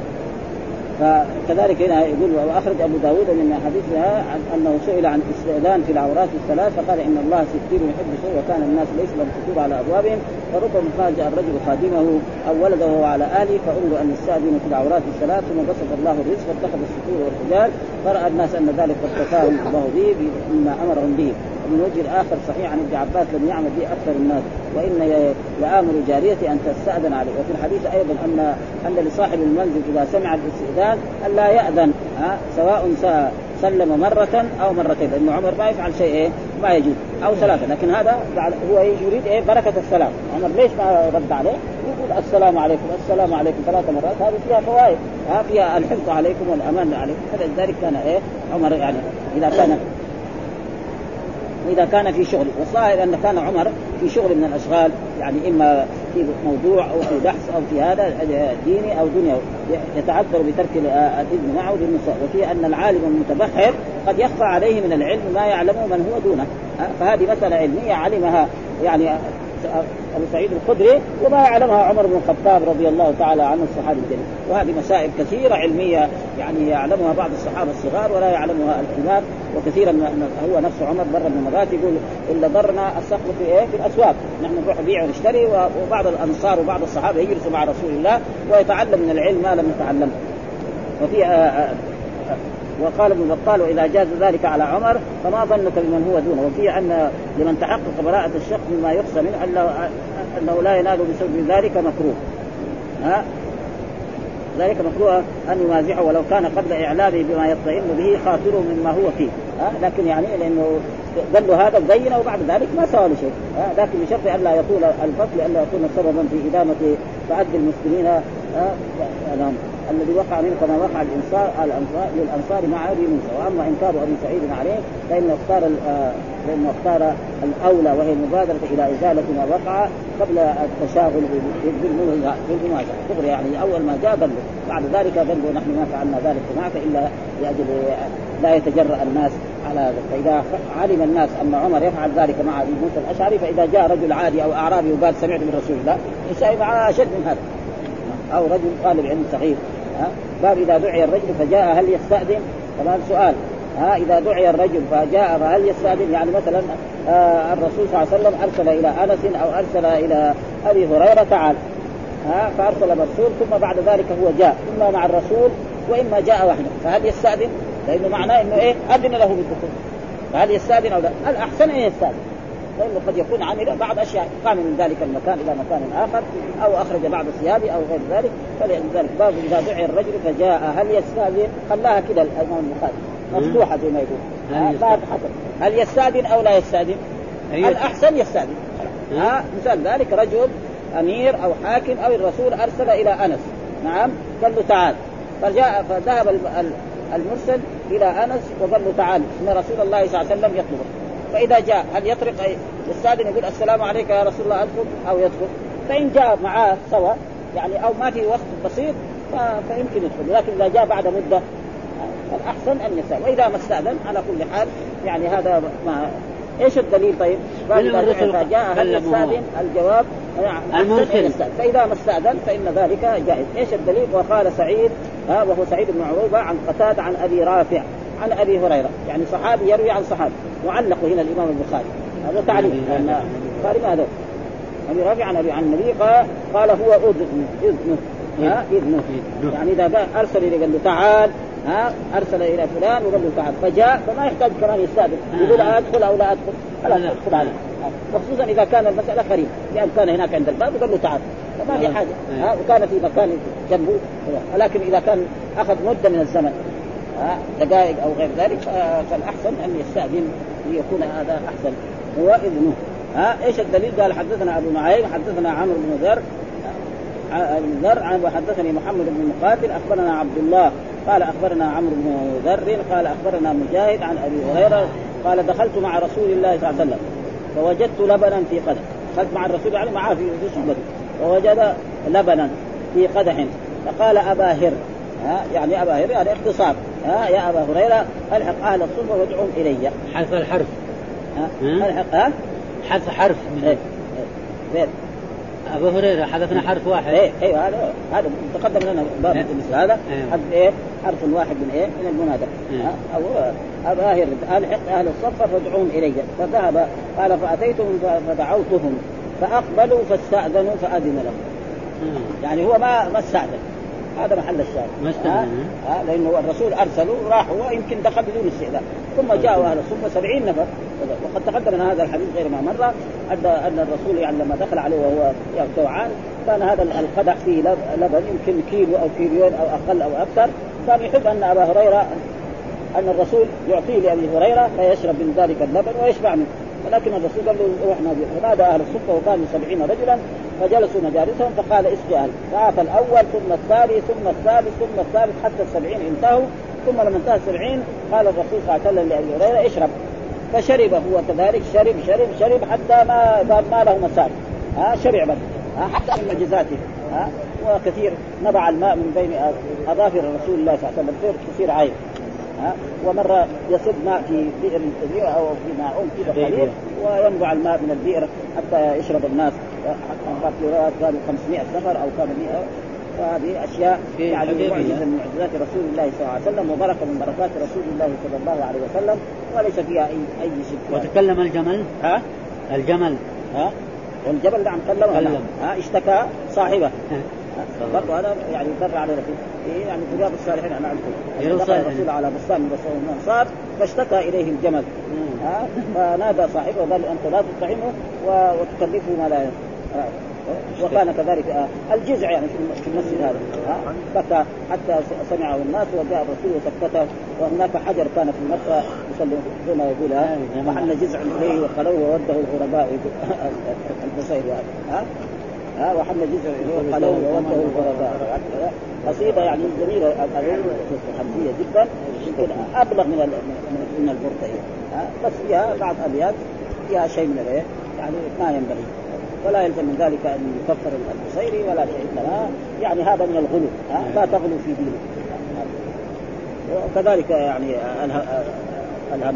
فكذلك هنا يقول وأخرج أبو داود من حديثها أنه سئل عن استئذان في العورات الثلاث فقال إن الله ستير يحب السوء وكان الناس ليس لهم ستور على أبوابهم فربما فاجأ الرجل خادمه أو ولده وعلى أهله فأمروا أن يستأذنوا في العورات الثلاث ثم بسط الله الرزق واتخذ الستور والحجال فرأى الناس أن ذلك قد كفاهم الله به مما أمرهم به. ومن وجه الآخر صحيح عن ابن عباس لم يعمل به أكثر الناس وإن لآمر جارية أن تستأذن عليه. وفي الحديث أيضا أن أن لصاحب المنزل إذا سمع الاستئذان أن لا يأذن ها سواء سلم مرة أو مرتين، لأن عمر ما يفعل شيء إيه ما يجوز، أو ثلاثة. لكن هذا هو يريد إيه بركة السلام. عمر ليش ما رد عليه؟ يقول السلام عليكم السلام عليكم ثلاث مرات، هذه فيها فوائد، ها فيها الحفظ عليكم والأمان عليكم. فلذلك كان إيه عمر يعني إذا كان وإذا كان في شغل، والظاهر أن كان عمر في شغل من الأشغال، يعني إما في موضوع أو في بحث أو في هذا ديني أو دنيوي يتعذر بترك الإذن معه للنساء. وفي أن العالم المتبحر قد يخفى عليه من العلم ما يعلمه من هو دونه، فهذه مسألة علمية علمها يعني أبو سعيد الخدري وما يعلمها عمر بن الخطاب رضي الله تعالى عنه الصحابي الجليل. وهذه مسائل كثيرة علمية يعني يعلمها بعض الصحابة الصغار ولا يعلمها الكبار. وكثيرا هو نفسه عمر مرة من المرات يقول إلا ضرنا الصخر في إيه في الأسواق، نحن نروح نبيع ونشتري، وبعض الأنصار وبعض الصحابة يجلسوا مع رسول الله ويتعلم من العلم ما لم يتعلمه. وفي آآ آآ وقال ابن بطال وإذا جاز ذلك على عمر فما ظنك بمن هو دونه. وفي أن لمن تحقق براءة الشخص مما يخشى منه أنه لا ينال بسبب ذلك مكروه، ها ذلك مكروه أن يمازحه ولو كان قبل إعلامه بما يطمئن به خاطره مما هو فيه، ها لكن يعني لأنه قال له هذا زينه وبعد ذلك ما سوى له شيء، ها لكن بشرط أن لا يطول الفصل أن لا يكون سببا في إدامة تعدي المسلمين ها يعني الذي وقع منه كما وقع الانصار الانصار للانصار مع ابي موسى. واما انكار ابي سعيد عليه فانه اختار لانه اختار الاولى وهي المبادره الى ازاله ما وقع قبل التشاغل بالممازحه كبر، يعني اول ما جاء بلغ، بعد ذلك بلغ نحن ما فعلنا ذلك معك الا لاجل لا يتجرأ الناس على ذلك. فاذا علم الناس ان عمر يفعل ذلك مع ابي موسى الاشعري، فاذا جاء رجل عادي او اعرابي وقال سمعت من رسول الله يساوي معه اشد من هذا، او رجل طالب علم صغير. باب إذا دعي الرجل فجاء هل يستأذن؟ طبعا سؤال، ها إذا دعي الرجل فجاء فهل يستأذن؟ يعني مثلا آه الرسول صلى الله عليه وسلم أرسل إلى أنس أو أرسل إلى أبي هريرة تعال، ها فأرسل مرسول ثم بعد ذلك هو جاء إما مع الرسول وإما جاء وحده، فهل يستأذن؟ لأنه معناه إنه إيه أذن له بالدخول، فهل يستأذن أو لا؟ الأحسن أن يستأذن، لأنه قد يكون عمل بعض أشياء، قام من ذلك المكان إلى مكان آخر أو أخرج بعض ثيابه أو غير ذلك. فلذلك باب إذا دعي الرجل فجاء هل يستأذن؟ خلاها كده الإمام البخاري مفتوحة زي ما يقول، بعد حسب هل يستأذن أو لا يستأذن؟ الأحسن يستأذن. ها مثال ذلك رجل أمير أو حاكم أو الرسول أرسل إلى أنس، نعم قال له تعال، فجاء فذهب المرسل إلى أنس وقال له تعال إن رسول الله صلى الله عليه وسلم يطلبه. فإذا جاء هل يطرق يستأذن يقول السلام عليك يا رسول الله أدخل أو يدخل؟ فإن جاء معاه سوا يعني أو ما في وقت بسيط فيمكن يدخل، لكن إذا جاء بعد مدة الأحسن أن يستأذن. وإذا ما استأذن على كل حال يعني هذا ما إيش الدليل؟ طيب إذا جاء هل يستأذن؟ الجواب المرسل، فإذا ما استأذن فإن ذلك جائز. إيش الدليل؟ وقال سعيد ها وهو سعيد بن عروبة عن قتادة عن أبي رافع عن أبي هريرة، يعني صحابي يروي عن صحابي، وعلق هنا الإمام البخاري هذا تعليق لأن البخاري ما هذا أبي رافع عن أبي عن النبي قال قال هو أذنه إذنه ها إذنه يعني إذا جاء أرسل إلى قال له تعال، ها أرسل إلى فلان وقال له تعال فجاء فما يحتاج كمان يستأذن يقول أدخل أو لا أدخل، خلاص أدخل عليه، وخصوصا إذا كان المسألة قريب يعني كان هناك عند الباب وقال له تعال فما في حاجة، ها وكان في مكان جنبه. ولكن إذا كان أخذ مدة من الزمن دقائق أو غير ذلك فالأحسن أن يستأذن ليكون هذا أحسن هو إذنه. ها إيش الدليل؟ قال حدثنا أبو نعيم حدثنا عمرو بن ذر ذر وحدثني محمد بن مقاتل أخبرنا عبد الله قال أخبرنا عمرو بن ذر قال أخبرنا مجاهد عن أبي هريرة قال دخلت مع رسول الله صلى الله عليه وسلم فوجدت لبنا في قدح، دخلت مع الرسول يعني معاه في صحبته فوجد لبنا في قدح فقال أبا هر، ها يعني أبا هر يعني اختصار، ها يا أبا هريرة ألحق أهل الصفة وادعوهم إلي. حذف الحرف، ها ألحق ها حذف حرف من إيه إيه أبو هريرة حذفنا حرف واحد. إيه إيه هذا هذا تقدم لنا باب إيه؟ مثل هذا إيه؟ حذف إيه حرف واحد من إيه من المنادى. إيه؟ أو أبا هر ألحق أهل الصفة فادعوهم إلي فذهب قال فأتيتهم فدعوتهم فأقبلوا فاستأذنوا فأذن لهم. إيه؟ يعني هو ما ما استأذن، هذا محل الشاهد، ها آه لأنه الرسول أرسلوا راحوا ويمكن دخل بدون استئذان ثم جاءوا أهل الصفة سبعين نفر. وقد تقدم لنا هذا الحديث غير ما مرة أن الرسول يعني لما دخل عليه وهو جوعان كان هذا القدح فيه لبن يمكن كيلو أو كيلوين أو أقل أو أكثر، كان يحب أن أبا هريرة أن الرسول يعطيه لأبي هريرة فيشرب من ذلك اللبن ويشبع منه، ولكن الرسول قال له روح نادي. فنادى أهل الصفة وكانوا سبعين رجلا فجلسوا مجالسهم فقال اسقي أهل، فعاف الأول ثم الثاني ثم الثالث ثم الثالث حتى السبعين انتهوا. ثم لما انتهى السبعين قال الرسول صلى الله عليه وسلم لأبي هريرة اشرب، فشرب هو كذلك، شرب شرب شرب حتى ما ما له مسار، ها شرب بس، ها حتى من معجزاته، ها وكثير نبع الماء من بين أظافر رسول الله صلى الله عليه وسلم تصير عين، ها ومرة يصب ماء في بئر كبيرة أو في معون كذا قليل وينبع الماء من البئر حتى يشرب الناس، حتى كانوا خمسمائة نفر أو كانوا مئة. فهذه أشياء يعني معجزة من معجزات رسول الله صلى الله عليه وسلم وبركة من بركات رسول الله صلى الله عليه وسلم وليس فيها أي أي شيء. وتكلم الجمل، ها الجمل، ها والجبل نعم كلم، ها اشتكى صاحبه برضو هذا يعني يدر على رفيق يعني رياض الصالحين. أنا أعرفه دخل الرسول على بستان من بستان الأنصار فاشتكى إليه الجمل، ها فنادى صاحبه وقال أنت لا تطعمه وتكلفه ما لا ينفع. وكان كذلك الجزع يعني في المسجد هذا بكى حتى سمعه الناس وجاء الرسول وسكته. وهناك حجر كان في مكة يصلي زي ما يقولها وحل جزع إليه وخلوه ووده الغرباء البصير ها ها وحل جزع إليه وخلوه ووده الغرباء. قصيدة يعني جميلة حمزية جدا يمكن أبلغ من من البرتة ها بس فيها بعض أبيات فيها شيء من الإيه يعني ما ينبغي. ولا يلزم من ذلك أن يكفر البصيري ولا شيء لا يعني هذا من الغلو، لا تغلو في دينه. وكذلك يعني الهم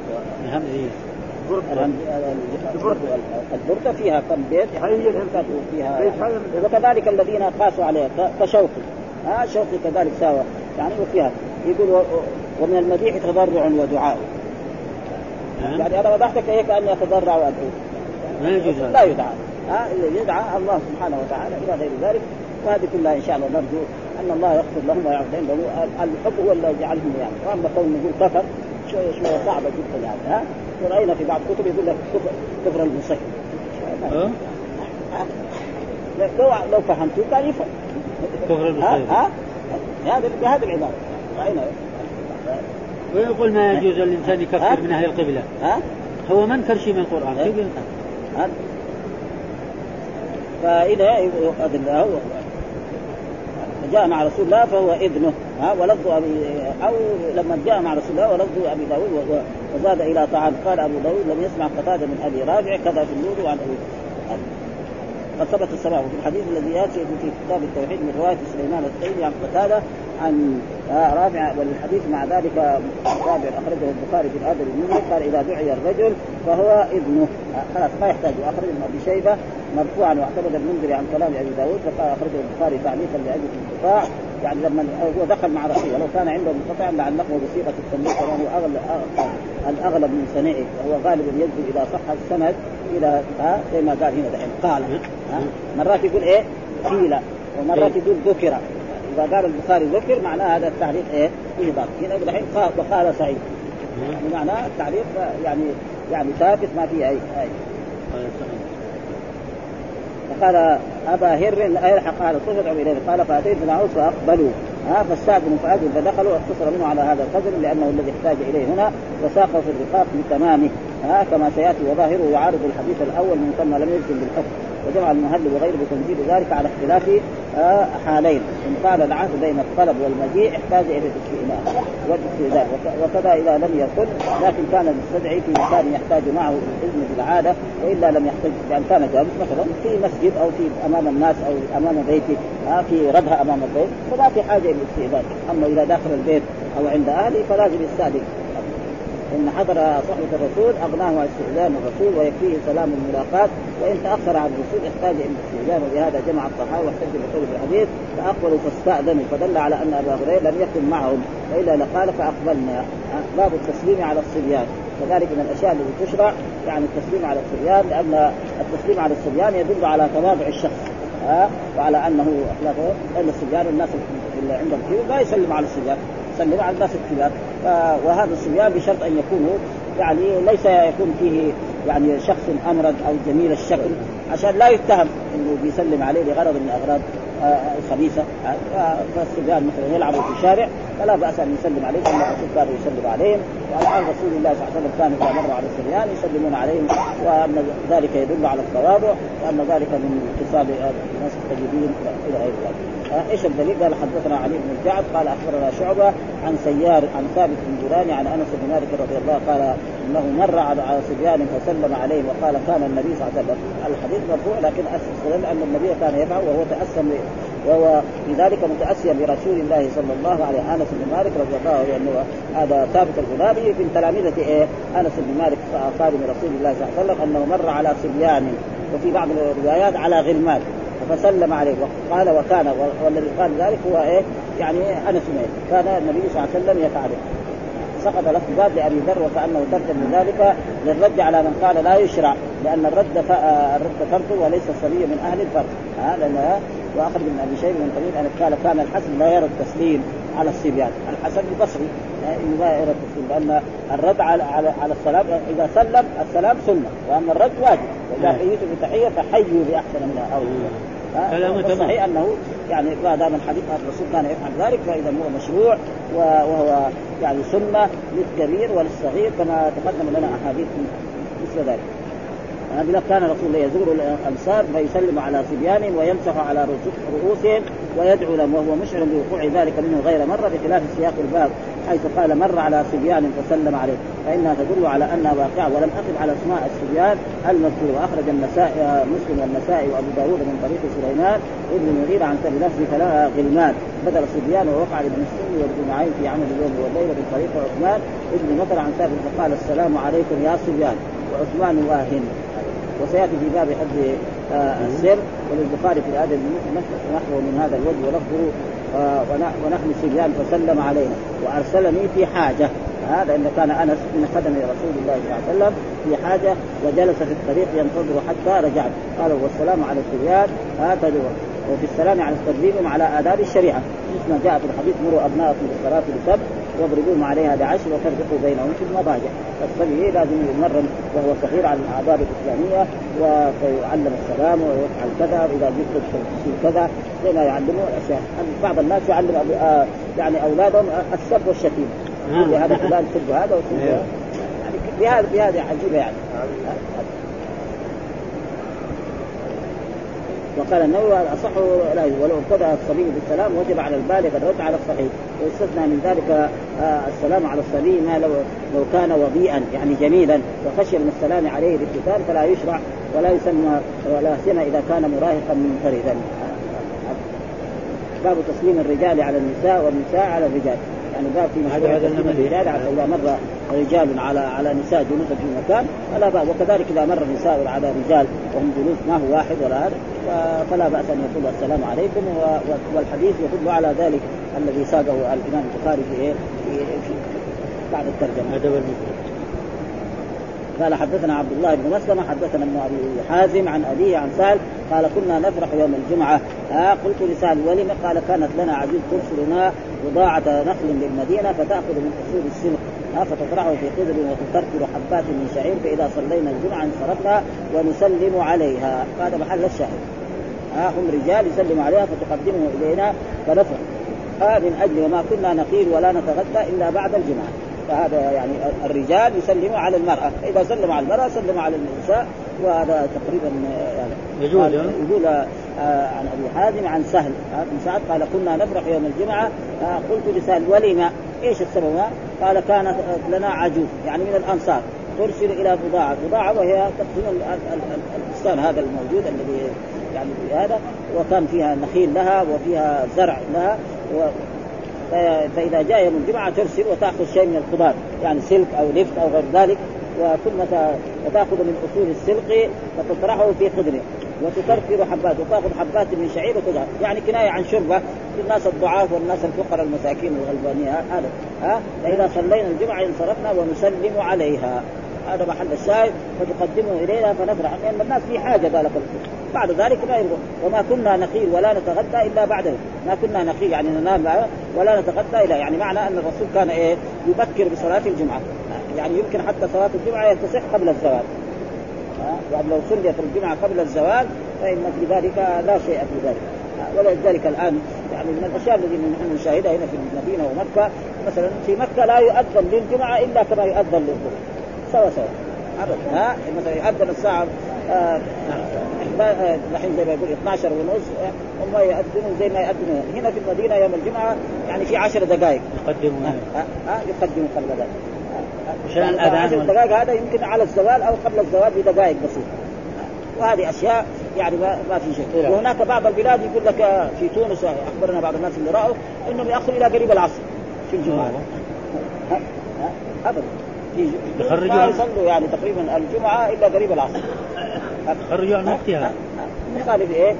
البردة فيها كم بيت فيها، وكذلك الذين قاسوا عليه كشوقي، ها شوقي كذلك ساوى يعني وفيها يقول ومن المديح تضرع ودعاء، يعني أنا وضحتك هيك أن يتضرع وأدعو لا يدعى، ها اللي يدعى الله سبحانه وتعالى إلى غير ذلك. وهذه كلها إن شاء الله نرجو أن الله يغفر لهم ويعفو عنهم. الحب هو اللي يجعلهم يعني. وأما قول نقول كفر شوية شوية صعبة جدا يعني، ها ورأينا في بعض الكتب يقول لك كفر كفر المصير. لو لو فهمتوا كان يفهم كفر المصير. ها هذا بهذه العبارة رأينا. ويقول ما يجوز للإنسان يكفر من أهل القبلة. ها هو من كرشي من القرآن كيف ها فإذا يؤذن له جاء مع رسول الله فهو إذنه، ها ولفظ أبي أو لما جاء مع رسول الله ولفظ أبي داود وزاد إلى طعام. قال أبو داود لم يسمع قتادة من أبي رافع كذا في النور وعن أبي قد ثبت السماع. وفي الحديث الذي يأتي في كتاب التوحيد من رواية سليمان التيمي عن قتادة عن رافع والحديث مع ذلك رافع أخرجه البخاري في الأدب المنذر قال إذا دعي الرجل فهو ابنه خلاص ما يحتاج. وأخرج ابن أبي شيبة مرفوعا واعتمد المنذر عن كلام أبي داود فقال أخرجه البخاري تعليقا لأجل الانقطاع يعني لما هو دخل مع رسول ولو كان عنده منقطع لعلقه بصيغة التمليك وهو أغلب الأغلب من سنئه وهو غالبا يجب إذا صح السند إلى ها زي ما قال هنا دحين قال ها مرات يقول إيه قيل ومرات يقول ذكر. إذا قال البخاري ذكر معناه هذا التعليق إيه إضافي. هنا دحين قال وقال سعيد يعني معناه التعليق يعني يعني ثابت ما فيه أي أي. فقال أبا هر أيلحق على الصفة أو إليه قال فأتيت بن عوف فأقبلوا ها فاستأذنوا فأذن فدخلوا واقتصر منه على هذا القدر لأنه الذي احتاج إليه هنا وساقه في الرقاق بتمامه ها كما سيأتي وظاهره يعارض الحديث الأول من ثم لم يجزم بالحكم. وجمع المهلب وغيره بتنزيل ذلك على اختلاف حالين. إن قال العهد بين الطلب والمجيء احتاج إلى الاستئناف والاستئذان وكذا إذا لم يقل لكن كان المستدعي في مكان يحتاج معه الإذن بالعادة وإلا لم يحتاج يعني كان جالس مثلا في مسجد أو في أمام الناس أو أمام بيته في ردها أمام البيت فلا في حاجة إلى الاستئذان. أما إذا داخل البيت أو عند أهله فلازم يستأذن. إن حضر صحبة الرسول أغناه عن استئذان الرسول ويكفيه سلام الملاقات وإن تأخر عن الرسول احتاج إلى الاستئذان. وبهذا جمع الصحابة واحتج بقول في الحديث فأقبلوا فاستأذنوا فدل على أن أبا هريرة لم يكن معهم وإلا لقال فأقبلنا. باب التسليم على الصبيان كذلك من الأشياء التي تشرع يعني التسليم على الصبيان لأن التسليم على الصبيان يدل على تواضع الشخص ها وعلى أنه أخلاقه أن الصبيان الناس اللي عندهم كبير لا يسلم على الصبيان يسلم على الناس الكبار. وهذا الصبيان بشرط أن يكونوا يعني ليس يكون فيه يعني شخص أمرد أو جميل الشكل عشان لا يتهم إنه بيسلم عليه لغرض من أغراض الخبيثة. فالصبيان مثلا يلعبوا في الشارع فلا بأس أن يسلم عليهم، أن الرسول كان يسلم عليهم، وعن رسول الله صلى الله عليه وسلم كان إذا مر على الصبيان يسلمون عليهم، وأن ذلك يدل على التواضع، وأن ذلك من اتصال الناس الطيبين إلى غير ذلك. ايش الدليل؟ قال حدثنا علي بن الجعد قال اخبرنا شعبه عن سيار عن ثابت بن جراني عن انس بن مالك رضي الله قال انه مر على صبيان فسلم عليهم وقال كان النبي صلى الله عليه وسلم. الحديث مرفوع لكن اسس ان النبي كان يفعل وهو تاسم وهو في ذلك متاسيا برسول الله صلى الله عليه وسلم. انس بن مالك رضي الله عنه يعني هذا ثابت الجراني من تلامذه ايه انس بن مالك خادم رسول الله صلى الله عليه وسلم انه مر على صبيان وفي بعض الروايات على غلمان فسلم عليه وقال وكان والذي قال ذلك هو ايه يعني انس بن كان النبي صلى الله عليه وسلم يفعله. سقط الافتباد لابي ذر وكانه ترجم ذلك للرد على من قال لا يشرع لان الرد ف... الرد فرض وليس الصبي من اهل الفرض. هذا آه واخرج من ابي شيبه من طريق ان قال كان الحسن لا يرى التسليم على الصبيان. الحسن البصري لا يرى التسليم لان الرد على على, على السلام اذا سلم السلام سنه واما الرد واجب واذا حييتم بتحيه فحيوا باحسن منها او آه صحيح انه يعني ما دام الحديث الرسول كان يفعل ذلك فاذا هو مشروع وهو يعني سنه للكبير وللصغير كما تقدم لنا احاديث مثل ذلك. هذا كان رسول الله يزور الأنصار فيسلم على صبيان ويمسح على رؤوسهم ويدعو لهم وهو مشعر بوقوع ذلك منه غير مرة بخلاف سياق الباب حيث قال مر على صبيان فسلم عليه فإنها تدل على أنها واقعة ولم أقف على اسماء الصبيان المذكور. وأخرج النسائي مسلم والنسائي وأبو داود من طريق سليمان ابن المغيرة عن سبيل نفسه فلا غلمان بدل صبيان ووقع لابن مسلم وابن معين في عمل اليوم والليلة من طريق عثمان ابن مطر عن ثابت فقال السلام عليكم يا صبيان وعثمان واهن. وسيأتي في باب حفظ آه السر وللبخاري في الأدب نحو من هذا الوجه ولفظه آه ونحن صبيان فسلم علينا وأرسلني في حاجة. هذا إن كان أنس من خدم رسول الله صلى الله عليه وسلم في حاجة وجلس في الطريق ينتظر حتى رجعت قال والسلام على الصبيان هكذا. وفي السلام على التدريب على آداب الشريعة مثل ما جاء في الحديث مروا أبناءكم بالصلاة لسبع واضربوهم عليها بعشر وفرقوا بينهم في المضاجع. فالصبي لازم يمرن وهو صغير على الآداب الإسلامية ويعلم السلام ويفعل كذا إذا جئت تشيل كذا زي ما يعلموا أشياء. بعض الناس يعلم آه يعني أولادهم السب والشتيمة هذا فلان سب هذا وسب يعني بهذا بهذا عجيبة يعني. وقال النووي الأصح لا ولو ابتدأ الصبي بالسلام وجب على البالغ الرد على الصحيح ويستثنى من ذلك آه السلام على الصبي ما لو لو كان وضيئا يعني جميلا وخشي من السلام عليه بالقتال فلا يشرع ولا يسمى ولا سيما إذا كان مراهقا منفردا. باب تسليم الرجال على النساء والنساء على الرجال يعني باب في مشروع تسليم الرجال إذا مر رجال على على نساء جلوسا في مكان فلا بأس وكذلك إذا مر النساء على رجال وهم جلوس ما هو واحد ولا هذا فلا بأس أن يقول السلام عليكم. والحديث يدل على ذلك الذي ساقه الإمام البخاري في في بعد الترجمة. قال حدثنا عبد الله بن مسلمة حدثنا ابن أبي حازم عن أبيه عن سهل قال كنا نفرح يوم الجمعة آه قلت لسهل ولم قال كانت لنا عجوز ترسلنا بضاعة نخل للمدينة فتأخذ من أصول السلق آه فتطرحه في قدر وتتركل حبات من شعير فإذا صلينا الجمعة انصرفنا ونسلم عليها. هذا محل الشاهد آه هم رجال يسلم عليها فتقدمه إلينا فنفرح آه من أجل وما كنا نقيل ولا نتغدى إلا بعد الجمعة. فهذا يعني الرجال يسلموا على المرأة إذا سلم على المرأة سلم على النساء وهذا تقريبا يعني يقول يقول آه عن أبي حازم عن سهل بن سعد قال كنا نفرح يوم الجمعة آه قلت لسهل ولما إيش السبب؟ قال كانت لنا عجوز يعني من الأنصار ترسل إلى بضاعة بضاعة وهي تقريبا البستان هذا الموجود الذي يعني هذا وكان فيها نخيل لها وفيها زرع لها و فإذا جاء يوم الجمعة ترسل وتأخذ شيء من الخضار يعني سلك أو لفت أو غير ذلك وثم تأخذ من أصول السلق فتطرحه في قدره وتكركر حبات وتأخذ حبات من شعير وتجعل يعني كناية عن شربة للناس الضعاف والناس الفقراء المساكين والغلبانية هذا ها فإذا صلينا الجمعة انصرفنا ونسلم عليها. هذا محل الشاهد فتقدمه إلينا فنفرح لأن الناس في حاجة ذلك بعد ذلك لا يرغب. وما كنا نخيل ولا نتغدى إلا بعده ما كنا نخيل يعني ننام ولا نتغدى إلا يعني معنى أن الرسول كان إيه يبكر بصلاة الجمعة يعني يمكن حتى صلاة الجمعة يتصح قبل الزوال يعني لو صليت الجمعة قبل الزوال فإن في ذلك لا شيء في ذلك. ولذلك الآن يعني من الاشياء التي نحن نشاهدها هنا في المدينه ومكه، مثلا في مكه لا يؤذن للجمعه الا كما يؤذن للظهر سوا سوا ابدا. ها مثلا يؤذن الساعه الحين زي ما يقول اثني عشر ونص، هم يؤذنون زي ما يؤذنون هنا في المدينه يوم الجمعه يعني في عشر دقائق يقدمون ها ها يقدموا قبل ذلك عشان الأذان. عشر دقائق هذا يمكن على الزوال او قبل الزوال بدقائق بسيطه. وهذه اشياء يعني ما, ما في شيء. وهناك بعض البلاد يقول لك في تونس اخبرنا بعض الناس اللي راوا انهم ياخروا الى قريب العصر في الجمعه ابدا، لا يصلوا يعني تقريبا الجمعه الا قريب العصر، خرجوا عن وقتها مخالف ايه.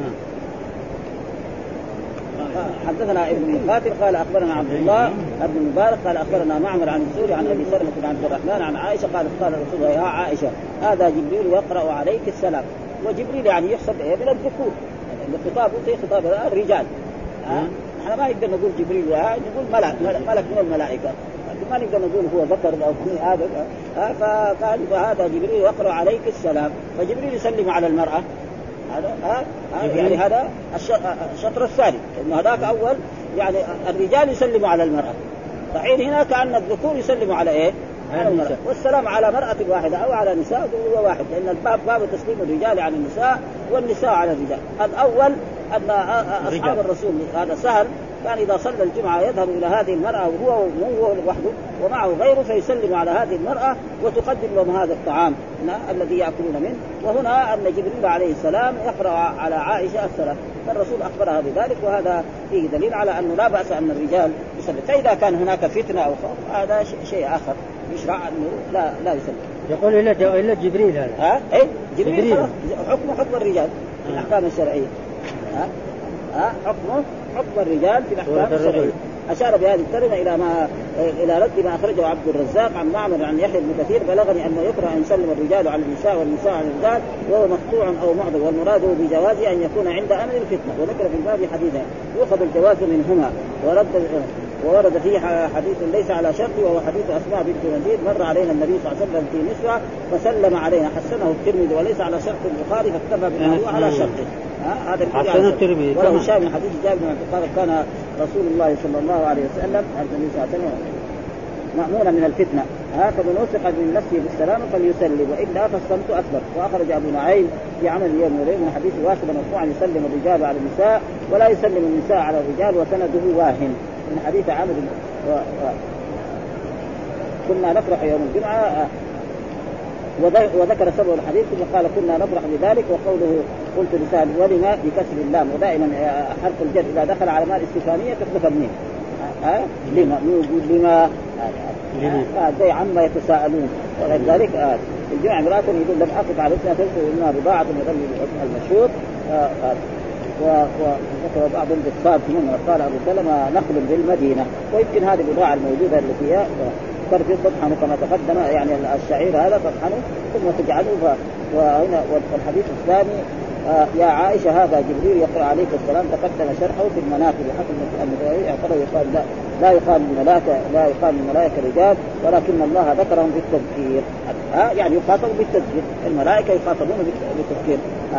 حدثنا ابن مقاتل قال اخبرنا عبد الله ابن المبارك قال اخبرنا معمر عن الزهري عن ابي سلمة بن عبد الرحمن عن عائشه قالت قال رسول الله يا عائشه هذا جبريل يقرا عليك السلام. وجبريل يعني يحسب ايه من الذكور، الخطاب زي خطاب الرجال. ها احنا ما نقدر نقول جبريل، نقول ملك ملك من الملائكه، ما نقدر نقول هو ذكر او هذا. فقال هذا جبريل يقرا عليك السلام. فجبريل يسلم على المراه، هذا ها يعني هذا الشطر الثاني، انه هذاك اول يعني الرجال يسلموا على المراه، فحين هنا كأن الذكور يسلموا على ايه؟ على المرأة. والسلام على مرأة واحدة او على نساء هو واحد، لان الباب باب تسليم الرجال على النساء والنساء على الرجال. الاول ان اصحاب الرسول هذا سهل كان اذا صلى الجمعه يذهب الى هذه المراه وهو مو هو لوحده ومعه غيره، فيسلم على هذه المراه وتقدم لهم هذا الطعام الذي ياكلون منه. وهنا ان جبريل عليه السلام يقرا على عائشه السلام، فالرسول اخبرها بذلك، وهذا فيه دليل على انه لا باس ان الرجال يسلم. فاذا كان هناك فتنه او خوف هذا شيء اخر يشرع انه لا لا يسلم. يقول الا الا جبريل هذا ها ايه جبريل, جبريل. حكمه حكم الرجال في الاحكام الشرعيه. ها ها حكمه حكم الرجال في الاحكام الشرعيه. اشار بهذه الكلمه الى ما الى رد ما اخرجه عبد الرزاق عن معمر عن يحيى بن كثير بلغني انه يكره ان يسلم الرجال على النساء والنساء على الرجال وهو مقطوع او معضل، والمراد بجواز ان يكون عند امر الفتنه. وذكر في الباب حديثا يؤخذ الجواز منهما، ورد وورد فيه حديث ليس على شرط وهو حديث اسماء بنت يزيد مر علينا النبي صلى الله عليه وسلم في نسوه فسلم علينا، حسنه الترمذي وليس على شرط البخاري فاكتفى بما هو على شرطه. هذا حسن الترمذي. وله شاهد من حديث جابر بن عبد الله كان رسول الله صلى الله عليه وسلم النبي صلى الله عليه وسلم مأمونا من الفتنة، هكذا نوثق من نفسه بالسلام فليسلم والا فالصمت اكبر. واخرج ابو نعيم في عمل اليوم وليل من حديث واثق مرفوعا يسلم الرجال على النساء ولا يسلم النساء على الرجال وسنده واهن من حديث عامر و... و... كنا نفرح يوم الجمعة وذكر سبب الحديث ثم قال كنا نفرح بذلك. وقوله قلت لسان ولما بكسر اللام، ودائما حرف الجر اذا دخل على مال استفهاميه تحذف الميم. ها لما يقول لما زي عما يتساءلون ولذلك آه. الجمع امرأة يقول لم أقف على اثنى تلك إنها بضاعة من المشهور وذكر بعضهم بالصاد منه وقال أبو سلمة نخل بالمدينة، ويمكن هذه البضاعة الموجودة التي هي ترفض تطحن كما تقدم يعني الشعير هذا تطحنه ثم تجعله. وهنا والحديث الثاني آه يا عائشة هذا جبريل يقرأ عليك السلام تقدم شرحه في المناقب حتى المتواري يعتبر يقال لا لا يقال الملائكة لا يقال الملائكة رجال ولكن الله ذكرهم بالتذكير. ها يعني يخاطبون بالتذكير، الملائكة يخاطبون بالتذكير.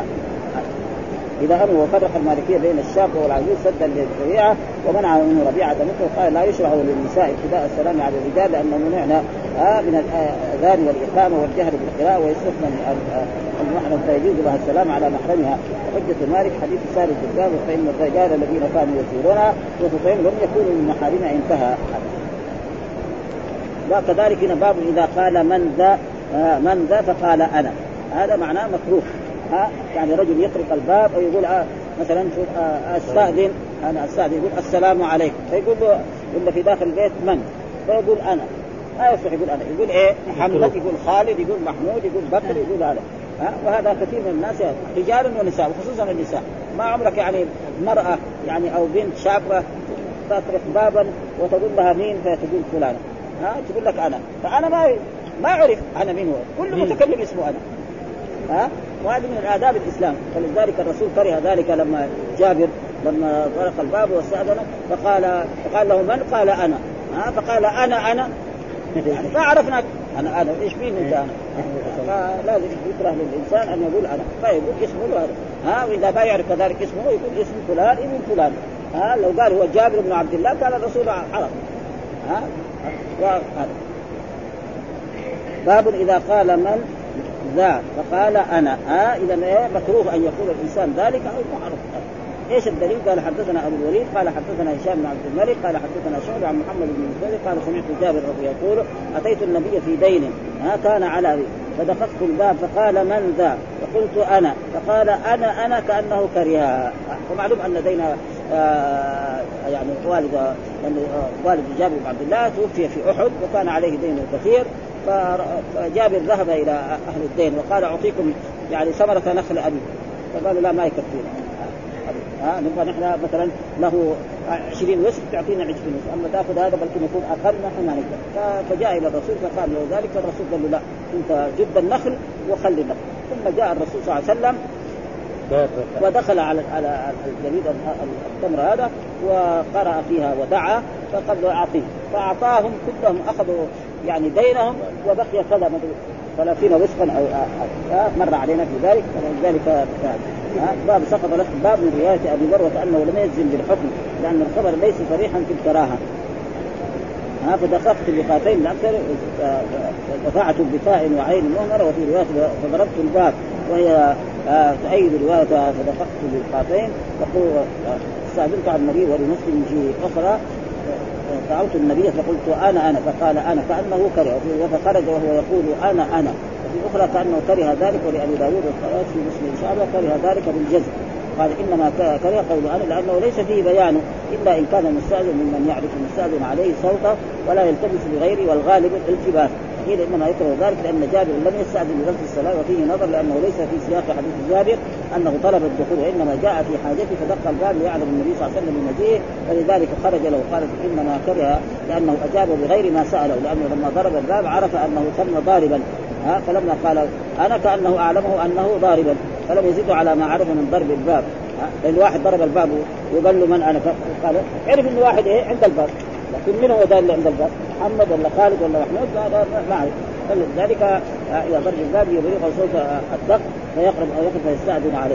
إذا أمر وفرق المالكية بين الشاب والعجوز سدا للشريعة ومنع منه ربيعة مثل قال لا يشرع للنساء ابتداء السلام على الرجال لأنه منعنا من الأذان والإقامة والجهر بالقراءة ويستثنى المحرم فيجوز لها السلام على محرمها. وحجة مالك حديث سالم الجزام فإن الرجال الذين كانوا يسيرون وتطعم لم يكونوا من محارمها انتهى. وكذلك هنا باب إذا قال من ذا من ذا فقال أنا، هذا معناه مكروه. ها يعني رجل يطرق الباب ويقول آه مثلا آه استأذن أنا استأذن يقول السلام عليكم فيقول له ولا في داخل البيت من فيقول أنا ما يصح يقول أنا يقول إيه محمد يقول خالد يقول محمود يقول بكر يقول هذا. ها وهذا كثير من الناس رجال ونساء وخصوصا النساء ما عمرك يعني مرأة يعني أو بنت شابة تطرق بابا وتقول لها مين فتقول فلان ها تقول لك أنا فأنا ما ما أعرف أنا مين هو كل متكلم اسمه أنا. ها وهذه من آداب الإسلام. فلذلك الرسول كره ذلك لما جابر لما طرق الباب واستأذن فقال فقال له من قال أنا ها فقال أنا أنا يعني ما عرفنا انا انا ايش فيني انت انا؟ فلازم يكره للانسان ان يقول انا، فيقول اسمه هذا. ها واذا ما يعرف كذلك اسمه يقول اسم فلان ابن فلان. ها لو قال هو جابر بن عبد الله قال الرسول عرف. ها وهذا باب اذا قال من ذا فقال انا. ها اذا مكروه ان يقول الانسان ذلك او معرف. ايش الدليل؟ قال حدثنا ابو الوليد قال حدثنا هشام بن عبد الملك قال حدثنا شعبة عن محمد بن مسعود قال سمعت جابر رضي الله عنه يقول اتيت النبي في دين ها كان على بي فدققت الباب فقال من ذا فقلت انا فقال انا انا كانه كرهها. ومعلوم ان دين آه يعني والد آه والد جابر بن عبد الله توفي في احد وكان عليه دين كثير، فجابر ذهب الى اهل الدين وقال اعطيكم يعني ثمرة نخل ابي، فقالوا لا ما يكفينا. ها نبغى نحن مثلا له عشرين وسق تعطينا عشرين وسق، اما تاخذ هذا بلكن يكون اقل نحن ما نقدر. فجاء الى الرسول فقال له ذلك، فالرسول قال له لا انت جد النخل وخلي النخل. ثم جاء الرسول صلى الله عليه وسلم ودخل على على الجريد التمر هذا وقرأ فيها ودعا فقال له اعطيه، فاعطاهم كلهم اخذوا يعني دينهم وبقي كذا ثلاثين وسقا او مر علينا في ذلك. فلذلك باب سقط له باب من رواية أبي ذر أنه لم يجزم بالحكم لأن الخبر ليس صريحا في الكراهة. ها فدققت بقاتين الأكثر دفعت بفاء وعين مهمرة، وفي رواية فضربت الباب وهي تؤيد رواية فدققت بالقاتين. تقول استأذنت عن النبي ولمسلم في أخرى دعوت النبي فقلت أنا أنا فقال أنا كأنه كره، فخرج وهو يقول أنا أنا، وفي أخرى كأنه كره ذلك. ولأبي داود والخلاص في مسلم شعبة كره ذلك بالجزم، قال إنما كره قول أنا لأنه ليس فيه بيان إلا إن كان المستأذن ممن يعرف المستأذن عليه صوته ولا يلتبس بغيره، والغالب الالتباس. قيل إنما يكره ذلك لأن جابر لم يستأذن لرفض الصلاة، وفيه نظر لأنه ليس في سياق حديث جابر أنه طلب الدخول، وإنما جاء في حاجته فدق الباب ليعلم النبي صلى الله عليه وسلم بمجيئه، فلذلك خرج له. قالت إنما كره لأنه أجاب بغير ما سأله، لأنه لما ضرب الباب عرف أنه تم ضاربا. ها فلما قال أنا كأنه أعلمه أنه ضاربا، فلم يزيد على ما عرف من ضرب الباب. لأن واحد ضرب الباب وقال له من أنا، قال عرف إن واحد إيه عند الباب، لكن من هو ده اللي عند الباب؟ محمد ولا خالد ولا محمود؟ لا ما أعرف. فلذلك إذا ضرب الباب يبلغ صوت الدق فيقرب أو يقف فيستأذن عليه.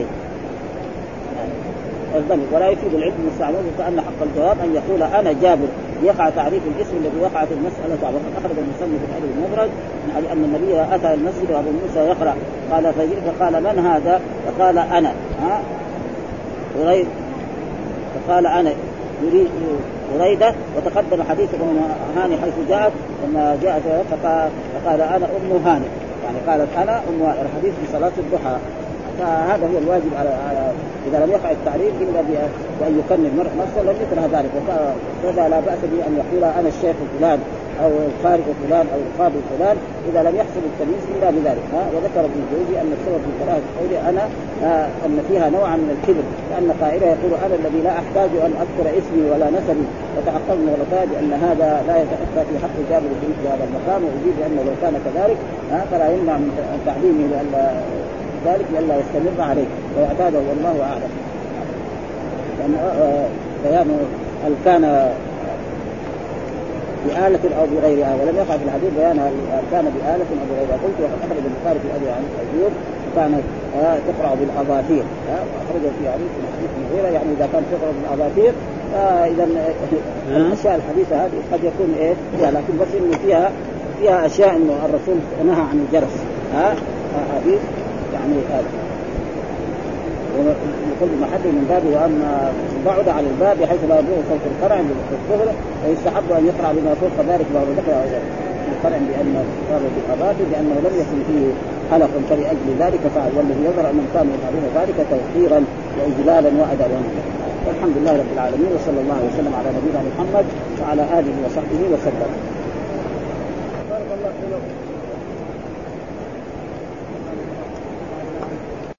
ولا يفيد العلم المستعمل كأن حق الجواب أن يقول أنا جابر يقع تعريف الاسم الذي وقعت المسألة. وقد أخرج المصنف في الأدب المفرد أن النبي أتى المسجد وأبو موسى يقرأ قال فقال من هذا؟ فقال أنا. ها وريد فقال أنا يريد وريدة. وتقدم حديث أم هاني حيث جاءت لما جاءت فقال أنا أم هاني، يعني قالت أنا أم الحديث في صلاة الضحى. فهذا هو الواجب على, على إذا لم يقع التعريف إلا بأن يكمل المرء نفسه لم يكره ذلك. وكذا لا بأس به أن يقول أنا الشيخ فلان أو الخارج فلان أو القاضي فلان إذا لم يحصل التمييز إلا بذلك. ها وذكر ابن الجوزي أن السبب في كراهة قوله أنا آه أن فيها نوعا من الكبر، لأن قائله يقول أنا الذي لا أحتاج أن أذكر اسمي ولا نسبي، وتحقق من غلطات أن هذا لا يتأتى في حق جابر في مثل هذا المقام. وأجيب بأنه لو كان كذلك ها فلا يمنع من تعظيمه لأن ذلك لئلا يستمر عليه ويعتاده والله أعلم. بيان هل كان بآلة أو بغيرها، ولم يقع في الحديث بيان هل كان بآلة أو بغيرها. قلت وقد أخرج البخاري في أبي عن أيوب كانت تقرأ بالأظافير، أخرج في حديث المغيرة يعني إذا كان تقرأ بالأظافير إذا الأشياء الحديثة هذه قد يكون إيه فيها، لكن بس إنه فيها فيها أشياء إنه الرسول نهى عن الجرس. ها حديث يعني هذا وكل محل من بابه. وأما بعد على الباب بحيث لا يبلغ صوت القرع بالظهر، ويستحب أن يقرأ بما فوق ذلك وهو ذكر القرع بأن قال بالأباطل لأنه لم يكن فيه حلق فلأجل ذلك فعل، والذي يظهر أنهم كانوا يفعلون ذلك توقيرا وإجلالا وأدبا. والحمد لله رب العالمين، وصلى الله وسلم على نبينا محمد وعلى آله وصحبه وسلم.